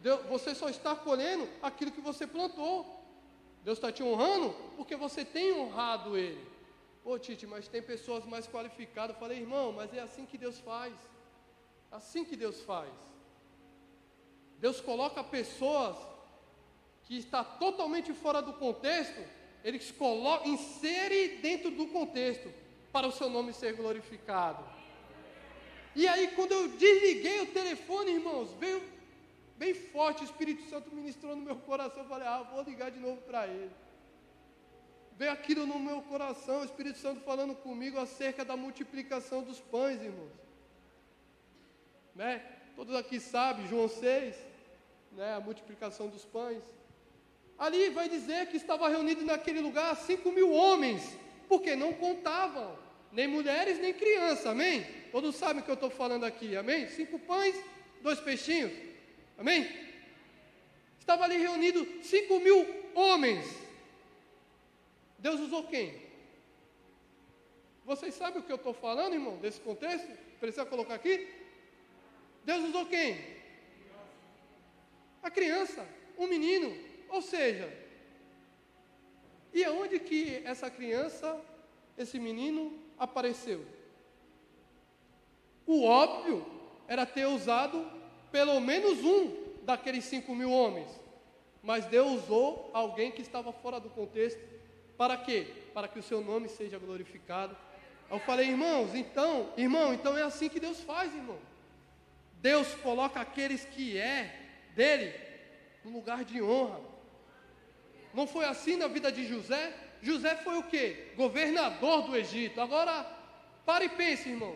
Deus, você só está colhendo aquilo que você plantou. Deus está te honrando porque você tem honrado Ele. Ô Tite, mas tem pessoas mais qualificadas. Eu falei, irmão, mas é assim que Deus faz. Assim que Deus faz. Deus coloca pessoas que está totalmente fora do contexto, Ele coloca, insere dentro do contexto, para o seu nome ser glorificado. E aí, quando eu desliguei o telefone, irmãos, veio bem forte, o Espírito Santo ministrou no meu coração. Eu falei, ah, vou ligar de novo para ele. Veio aquilo no meu coração, o Espírito Santo falando comigo acerca da multiplicação dos pães, irmãos. Né? Todos aqui sabem, João seis, né? A multiplicação dos pães. Ali vai dizer que estava reunido naquele lugar cinco mil homens, porque não contavam, nem mulheres, nem crianças, amém? Todos sabem o que eu estou falando aqui, amém? Cinco pães, dois peixinhos, amém? Estava ali reunido cinco mil homens. Deus usou quem? Vocês sabem o que eu estou falando, irmão, desse contexto? Precisa colocar aqui? Deus usou quem? A criança, um menino. Ou seja, e aonde que essa criança, esse menino, apareceu? O óbvio era ter usado pelo menos um daqueles cinco mil homens. Mas Deus usou alguém que estava fora do contexto. Para quê? Para que o seu nome seja glorificado. Eu falei, irmãos, então, irmão, então é assim que Deus faz, irmão. Deus coloca aqueles que é dele no lugar de honra. Não foi assim na vida de José? José foi o quê? Governador do Egito. Agora, pare e pense, irmãos.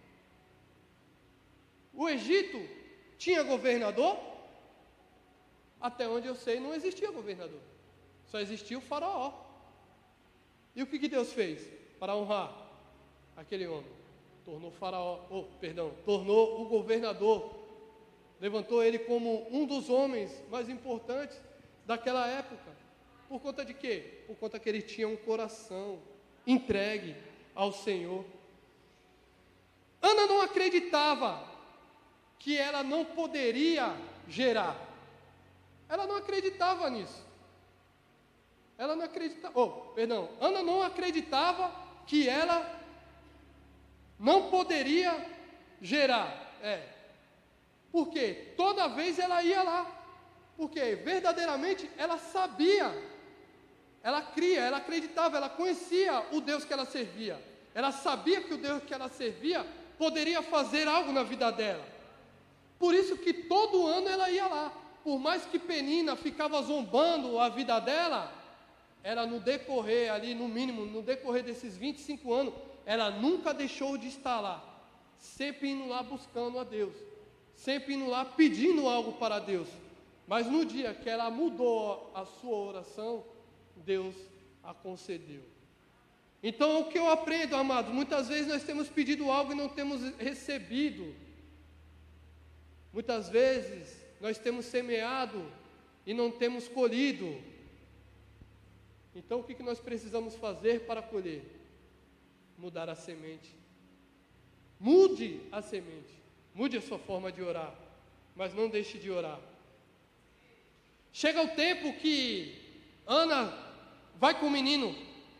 O Egito tinha governador? Até onde eu sei, não existia governador. Só existia o faraó. E o que, que Deus fez para honrar aquele homem? Tornou o faraó, oh, perdão, tornou o governador. Levantou ele como um dos homens mais importantes daquela época. Por conta de quê? Por conta que ele tinha um coração entregue ao Senhor. Ana não acreditava que ela não poderia gerar. Ela não acreditava nisso. Ela não acreditava, oh, perdão, Ana não acreditava que ela não poderia gerar. É. Por quê? Toda vez ela ia lá. Porque verdadeiramente ela sabia. Ela cria, ela acreditava, ela conhecia o Deus que ela servia. Ela sabia que o Deus que ela servia poderia fazer algo na vida dela. Por isso que todo ano ela ia lá. Por mais que Penina ficava zombando a vida dela, ela no decorrer ali, no mínimo, no decorrer desses vinte e cinco anos, ela nunca deixou de estar lá. Sempre indo lá buscando a Deus. Sempre indo lá pedindo algo para Deus. Mas no dia que ela mudou a sua oração, Deus a concedeu. Então, o que eu aprendo, amados, muitas vezes nós temos pedido algo e não temos recebido. Muitas vezes nós temos semeado e não temos colhido. Então, o que que nós precisamos fazer para colher? Mudar a semente. Mude a semente. Mude a sua forma de orar. Mas não deixe de orar. Chega o tempo que Ana vai com o menino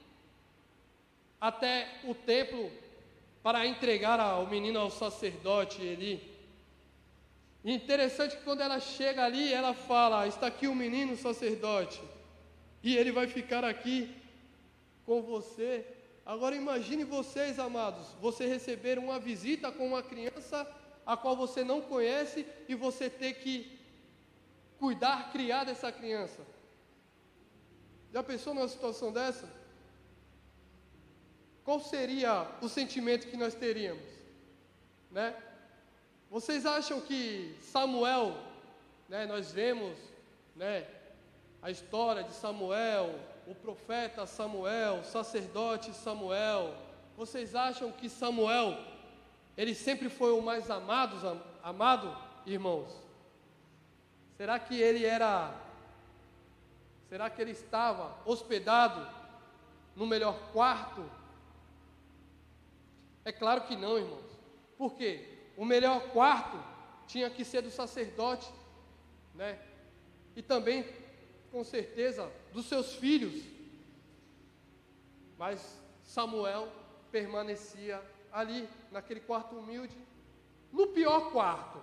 até o templo para entregar o menino ao sacerdote Eli. E interessante que quando ela chega ali, ela fala, está aqui o menino, o sacerdote, e ele vai ficar aqui com você. Agora imagine vocês, amados, você receber uma visita com uma criança a qual você não conhece e você ter que cuidar, criar dessa criança. Já pensou numa situação dessa? Qual seria o sentimento que nós teríamos? Né? Vocês acham que Samuel, né, nós vemos, né, a história de Samuel, o profeta Samuel, o sacerdote Samuel, vocês acham que Samuel, ele sempre foi o mais amado, amado, irmãos? Será que ele era, será que ele estava hospedado no melhor quarto? É claro que não, irmãos. Por quê? O melhor quarto tinha que ser do sacerdote. né? E também, com certeza, dos seus filhos. Mas Samuel permanecia ali, naquele quarto humilde, no pior quarto.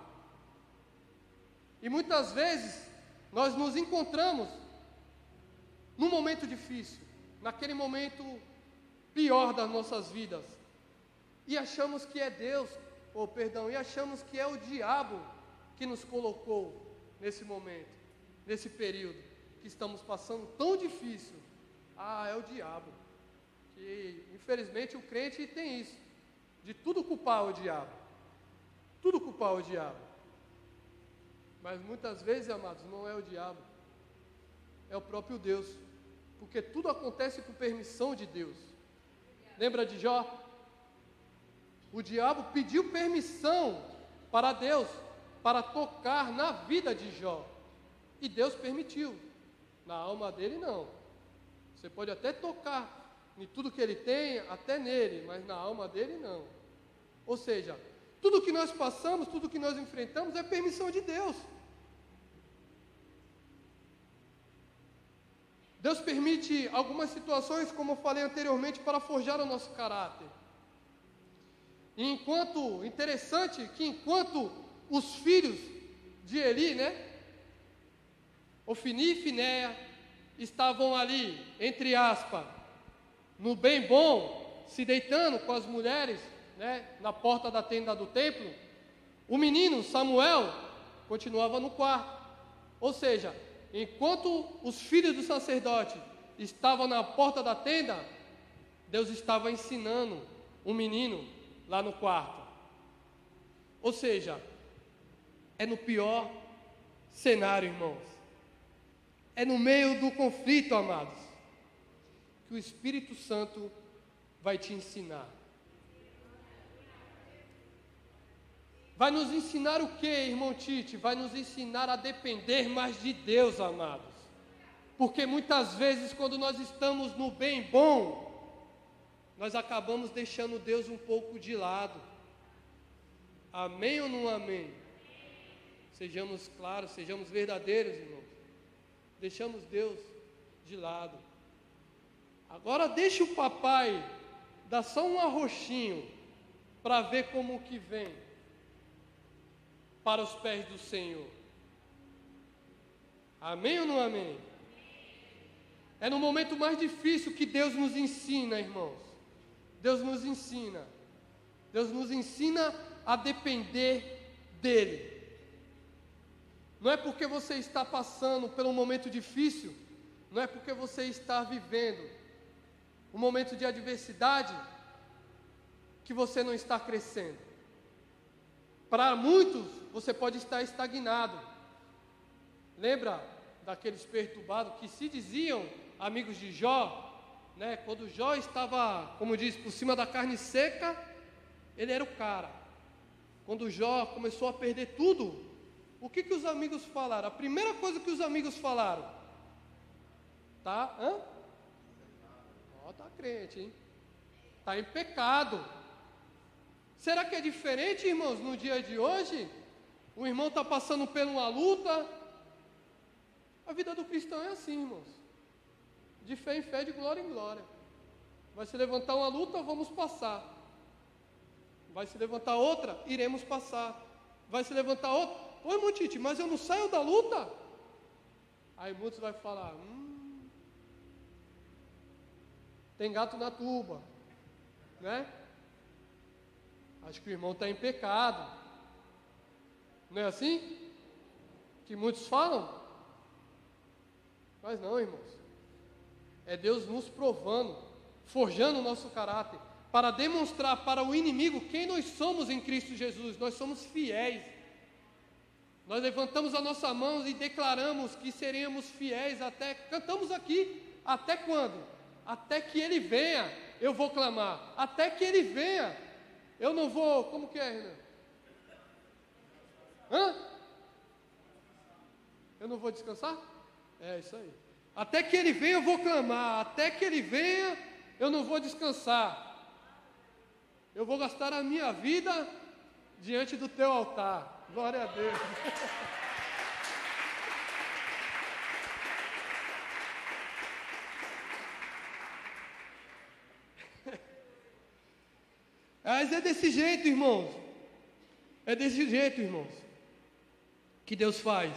E muitas vezes nós nos encontramos num momento difícil, naquele momento pior das nossas vidas, e achamos que é Deus, ou perdão, e achamos que é o diabo que nos colocou nesse momento, nesse período que estamos passando tão difícil. Ah, é o diabo. Que infelizmente o crente tem isso, de tudo culpar o diabo, tudo culpar o diabo. Mas muitas vezes, amados, não é o diabo, é o próprio Deus, porque tudo acontece com permissão de Deus. Lembra de Jó? O diabo pediu permissão para Deus, para tocar na vida de Jó, e Deus permitiu. Na alma dele não. Você pode até tocar em tudo que ele tem, até nele, mas na alma dele não. Ou seja, tudo que nós passamos, tudo que nós enfrentamos é permissão de Deus. Deus permite algumas situações, como eu falei anteriormente, para forjar o nosso caráter. E enquanto, interessante que enquanto os filhos de Eli, né, Ofni e Finéia, estavam ali, entre aspas, no bem bom, se deitando com as mulheres, né, na porta da tenda do templo, o menino Samuel continuava no quarto. Ou seja, enquanto os filhos do sacerdote estavam na porta da tenda, Deus estava ensinando o menino lá no quarto. Ou seja, é no pior cenário, irmãos. É no meio do conflito, amados, que o Espírito Santo vai te ensinar. Vai nos ensinar o que, irmão Tite? Vai nos ensinar a depender mais de Deus, amados. Porque muitas vezes, quando nós estamos no bem bom, nós acabamos deixando Deus um pouco de lado. Amém ou não amém? Sejamos claros, sejamos verdadeiros, irmãos. Deixamos Deus de lado. Agora deixa o papai dar só um arrochinho para ver como que vem para os pés do Senhor. Amém ou não amém? É no momento mais difícil que Deus nos ensina, irmãos. Deus nos ensina. Deus nos ensina a depender dEle. Não é porque você está passando por um momento difícil, não é porque você está vivendo um momento de adversidade, que você não está crescendo. Para muitos, você pode estar estagnado. Lembra daqueles perturbados que se diziam amigos de Jó, né? Quando Jó estava, como diz, por cima da carne seca, ele era o cara. Quando Jó começou a perder tudo, o que que os amigos falaram? A primeira coisa que os amigos falaram, tá? Hã? Ó, tá crente, hein? Tá em pecado. Será que é diferente, irmãos, no dia de hoje? O irmão está passando por uma luta. A vida do cristão é assim, irmãos. De fé em fé, de glória em glória. Vai se levantar uma luta, vamos passar. Vai se levantar outra, iremos passar. Vai se levantar outra. Oi, irmão Tite, mas eu não saio da luta? Aí muitos vão falar, hum, tem gato na tuba, né? Acho que o irmão está em pecado. Não é assim? Que muitos falam? Mas não, irmãos. É Deus nos provando, forjando o nosso caráter, para demonstrar para o inimigo quem nós somos em Cristo Jesus. Nós somos fiéis. Nós levantamos a nossa mão e declaramos que seremos fiéis até, cantamos aqui, até quando? Até que Ele venha, eu vou clamar. Até que Ele venha, eu não vou, como que é, Renan? Hã? Eu não vou descansar? É isso aí. Até que Ele venha, eu vou clamar. Até que Ele venha, eu não vou descansar. Eu vou gastar a minha vida diante do Teu altar. Glória a Deus. Mas é desse jeito, irmãos. É desse jeito, irmãos, que Deus faz.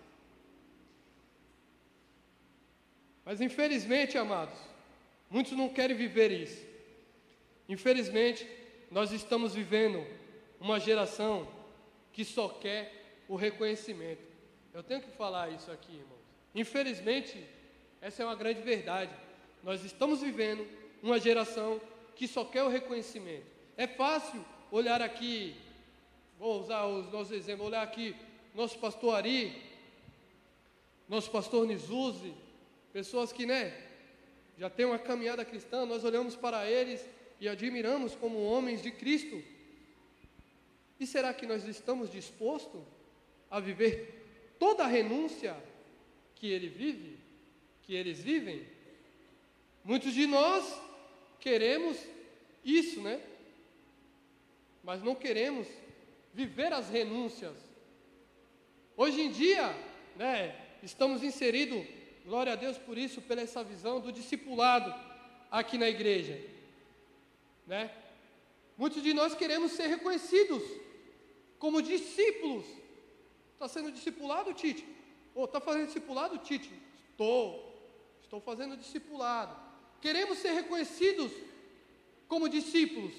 Mas infelizmente, amados, muitos não querem viver isso. Infelizmente, nós estamos vivendo uma geração que só quer o reconhecimento. Eu tenho que falar isso aqui, irmãos. Infelizmente, essa é uma grande verdade. Nós estamos vivendo uma geração que só quer o reconhecimento. É fácil olhar aqui, vou usar os nossos exemplos, olhar aqui, nosso pastor Ari, nosso pastor Nizuzi, pessoas que, né, já têm uma caminhada cristã, nós olhamos para eles e admiramos como homens de Cristo. E será que nós estamos dispostos a viver toda a renúncia que ele vive, que eles vivem? Muitos de nós queremos isso, né? Mas não queremos viver as renúncias. Hoje em dia, né, estamos inseridos, glória a Deus por isso, pela essa visão do discipulado aqui na igreja, né? Muitos de nós queremos ser reconhecidos como discípulos. Está sendo discipulado, Tite? Ou está fazendo discipulado, Tite? Estou. Estou fazendo discipulado. Queremos ser reconhecidos como discípulos.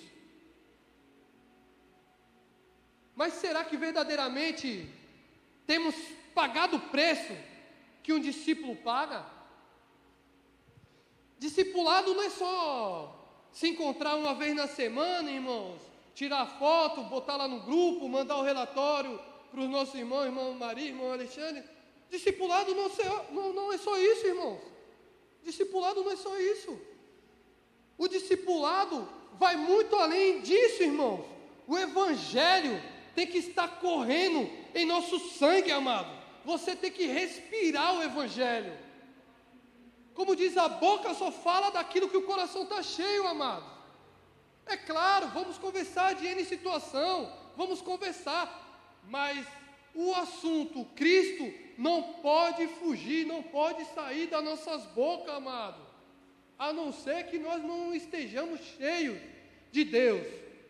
Mas será que verdadeiramente temos pagado o preço que um discípulo paga? Discipulado não é só se encontrar uma vez na semana, irmãos, tirar foto, botar lá no grupo, mandar o relatório para os nossos irmãos, irmão Maria, irmão Alexandre. Discipulado não, não, não é só isso, irmãos. Discipulado não é só isso. O discipulado vai muito além disso, irmãos. O evangelho tem que estar correndo em nosso sangue, amado. Você tem que respirar o evangelho. Como diz, a boca só fala daquilo que o coração está cheio, amado. É claro, vamos conversar de N situação, vamos conversar, mas o assunto Cristo não pode fugir, não pode sair das nossas bocas, amado, a não ser que nós não estejamos cheios de Deus.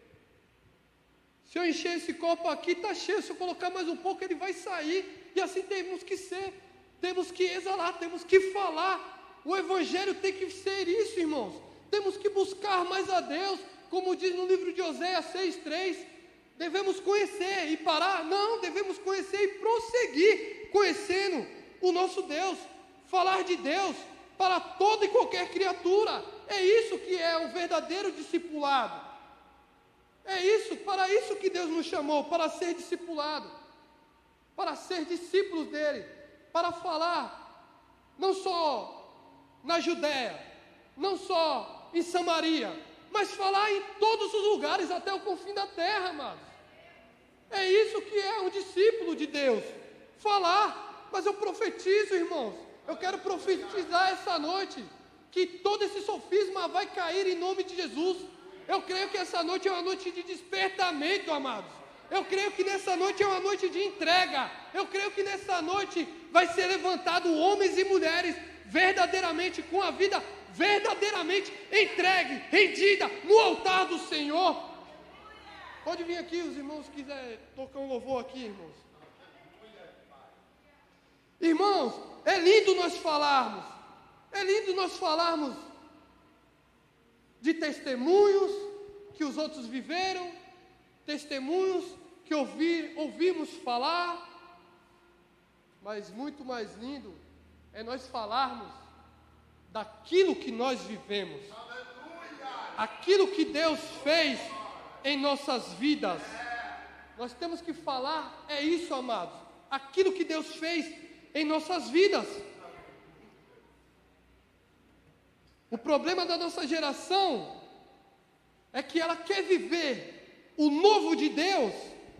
Se eu encher esse copo aqui, está cheio, se eu colocar mais um pouco, ele vai sair, e assim temos que ser, temos que exalar, temos que falar. O evangelho tem que ser isso, irmãos. Temos que buscar mais a Deus, como diz no livro de Oséias seis, três, devemos conhecer e parar? Não, devemos conhecer e prosseguir conhecendo o nosso Deus, falar de Deus para toda e qualquer criatura. É isso que é um verdadeiro discipulado. É isso, para isso que Deus nos chamou, para ser discipulado, para ser discípulos dele, para falar não só na Judéia, não só em Samaria, mas falar em todos os lugares, até o confim da terra, amados. É isso que é um discípulo de Deus, falar. Mas eu profetizo, irmãos, eu quero profetizar essa noite, que todo esse sofisma vai cair em nome de Jesus. Eu creio que essa noite é uma noite de despertamento, amados. Eu creio que nessa noite é uma noite de entrega. Eu creio que nessa noite vai ser levantado homens e mulheres verdadeiramente com a vida verdadeiramente entregue, rendida no altar do Senhor. Pode vir aqui, os irmãos quiserem tocar um louvor aqui, irmãos. Irmãos, é lindo nós falarmos, é lindo nós falarmos de testemunhos que os outros viveram, testemunhos que ouvir, ouvimos falar, mas muito mais lindo é nós falarmos daquilo que nós vivemos, aquilo que Deus fez em nossas vidas. Nós temos que falar, é isso, amados, aquilo que Deus fez em nossas vidas. O problema da nossa geração é que ela quer viver o novo de Deus.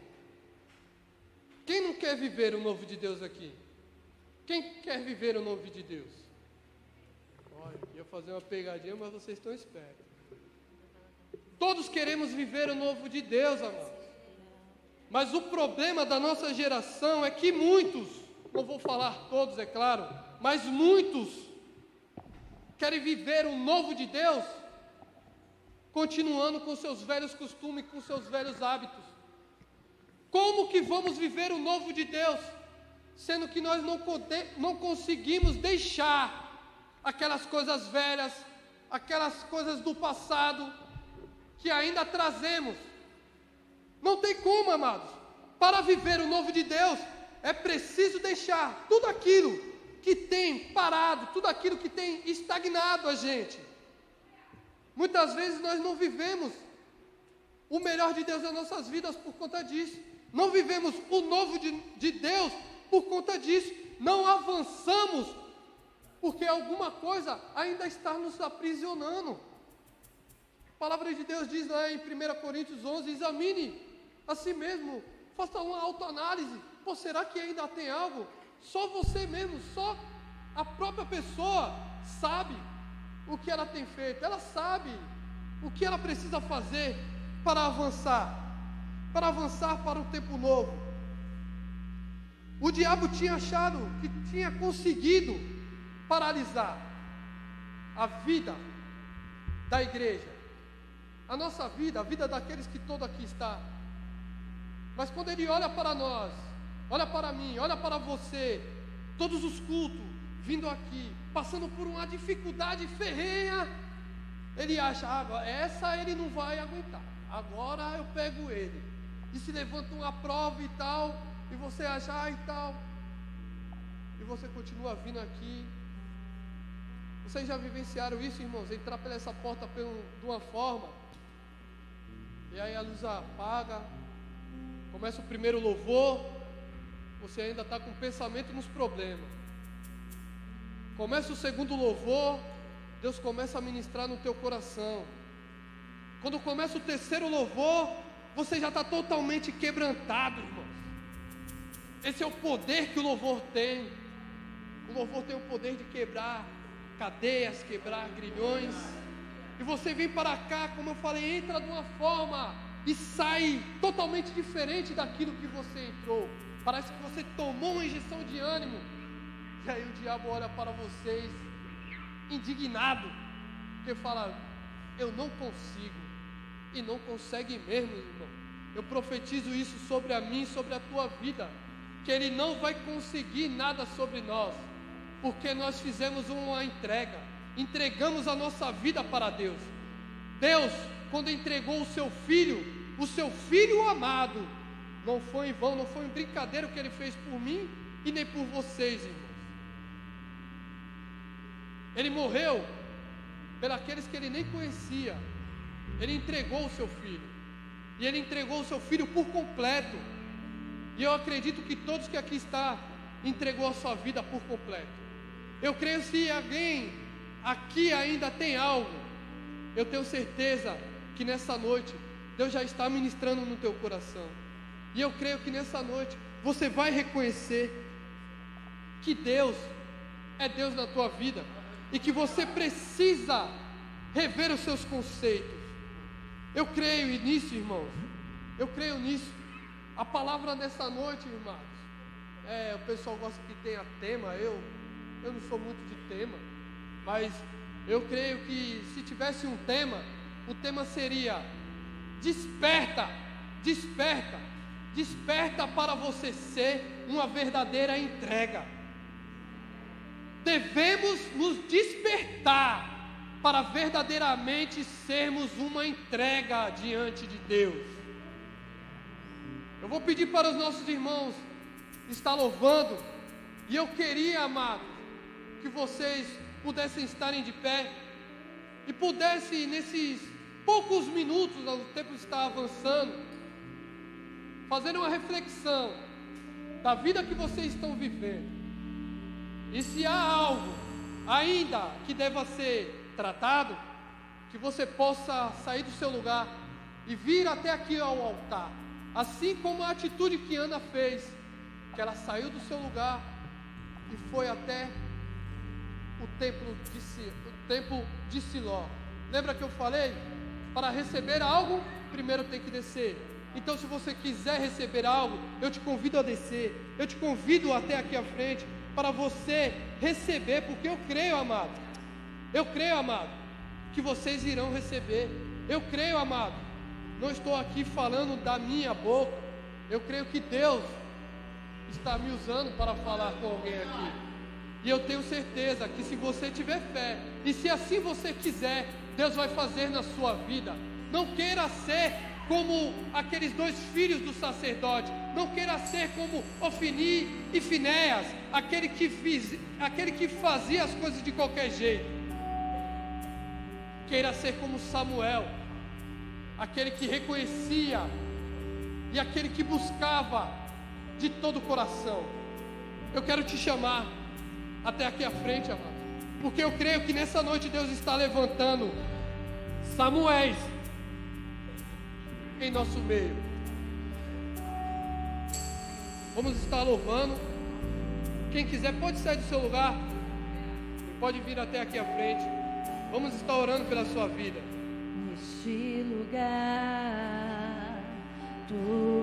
Quem não quer viver o novo de Deus aqui? Quem quer viver o novo de Deus? Olha, ia fazer uma pegadinha, mas vocês estão espertos. Todos queremos viver o novo de Deus, amados. Mas o problema da nossa geração é que muitos, não vou falar todos, é claro, mas muitos querem viver o novo de Deus continuando com seus velhos costumes, com seus velhos hábitos. Como que vamos viver o novo de Deus, sendo que nós não, não conseguimos deixar aquelas coisas velhas, aquelas coisas do passado, que ainda trazemos? Não tem como, amados. Para viver o novo de Deus, é preciso deixar tudo aquilo que tem parado, tudo aquilo que tem estagnado a gente. Muitas vezes nós não vivemos o melhor de Deus nas nossas vidas por conta disso. Não vivemos o novo de, de Deus por conta disso. Não avançamos porque alguma coisa ainda está nos aprisionando. A palavra de Deus diz lá em primeira Coríntios onze, examine a si mesmo, faça uma autoanálise. Pô, será que ainda tem algo? Só você mesmo, só a própria pessoa sabe o que ela tem feito. Ela sabe o que ela precisa fazer para avançar, para avançar para o tempo novo. O diabo tinha achado que tinha conseguido paralisar a vida da igreja, a nossa vida, a vida daqueles que todo aqui está. Mas quando ele olha para nós, olha para mim, olha para você, todos os cultos, vindo aqui, passando por uma dificuldade ferrenha, ele acha, ah, essa ele não vai aguentar, agora eu pego ele. E se levanta uma prova e tal, e você acha, ah, e tal, e você continua vindo aqui. Vocês já vivenciaram isso, irmãos? Entrar por essa porta de uma forma, e aí a luz apaga, começa o primeiro louvor, você ainda está com o pensamento nos problemas. Começa o segundo louvor, Deus começa a ministrar no teu coração. Quando começa o terceiro louvor, você já está totalmente quebrantado, irmãos. Esse é o poder que o louvor tem. O louvor tem o poder de quebrar cadeias, quebrar grilhões. E você vem para cá, como eu falei, entra de uma forma e sai totalmente diferente daquilo que você entrou. Parece que você tomou uma injeção de ânimo. E aí o diabo olha para vocês indignado, porque fala, eu não consigo. E não consegue mesmo, irmão. Eu profetizo isso sobre a mim, sobre a tua vida, que ele não vai conseguir nada sobre nós, porque nós fizemos uma entrega, entregamos a nossa vida para Deus. Deus, quando entregou o seu filho, o seu filho amado, não foi em vão, não foi em brincadeira o que ele fez por mim e nem por vocês, irmãos. Ele morreu pelos que ele nem conhecia. Ele entregou o seu filho, e ele entregou o seu filho por completo. E eu acredito que todos que aqui estão entregou a sua vida por completo. Eu creio, se alguém aqui ainda tem algo, eu tenho certeza que nessa noite Deus já está ministrando no teu coração. E eu creio que nessa noite você vai reconhecer que Deus é Deus na tua vida, e que você precisa rever os seus conceitos. Eu creio nisso, irmãos. Eu creio nisso. A palavra dessa noite, irmãos, é, o pessoal gosta que tenha tema. Eu, eu não sou muito de tema, mas eu creio que se tivesse um tema, o tema seria: desperta, desperta, desperta para você ser uma verdadeira entrega. Devemos nos despertar para verdadeiramente sermos uma entrega diante de Deus. Eu vou pedir para os nossos irmãos estar louvando, e eu queria, amados, que vocês pudessem estarem de pé e pudessem, nesses poucos minutos, o tempo está avançando, fazer uma reflexão da vida que vocês estão vivendo. E se há algo ainda que deva ser tratado, que você possa sair do seu lugar e vir até aqui ao altar, assim como a atitude que Ana fez, que ela saiu do seu lugar e foi até o templo de, o templo de Siló. Lembra que eu falei? Para receber algo, primeiro tem que descer. Então, se você quiser receber algo, eu te convido a descer, eu te convido até aqui à frente, para você receber, porque eu creio, amado, eu creio, amado, que vocês irão receber. Eu creio, amado, não estou aqui falando da minha boca, eu creio que Deus está me usando para falar com alguém aqui. E eu tenho certeza que se você tiver fé, e se assim você quiser, Deus vai fazer na sua vida. Não queira ser como aqueles dois filhos do sacerdote, não queira ser como Ofni e Finéias, aquele que, fiz, aquele que fazia as coisas de qualquer jeito. Queira ser como Samuel, aquele que reconhecia e aquele que buscava de todo o coração. Eu quero te chamar até aqui à frente, amado, porque eu creio que nessa noite Deus está levantando Samuéis em nosso meio. Vamos estar louvando. Quem quiser pode sair do seu lugar, pode vir até aqui à frente. Vamos estar orando pela sua vida. Neste lugar, tu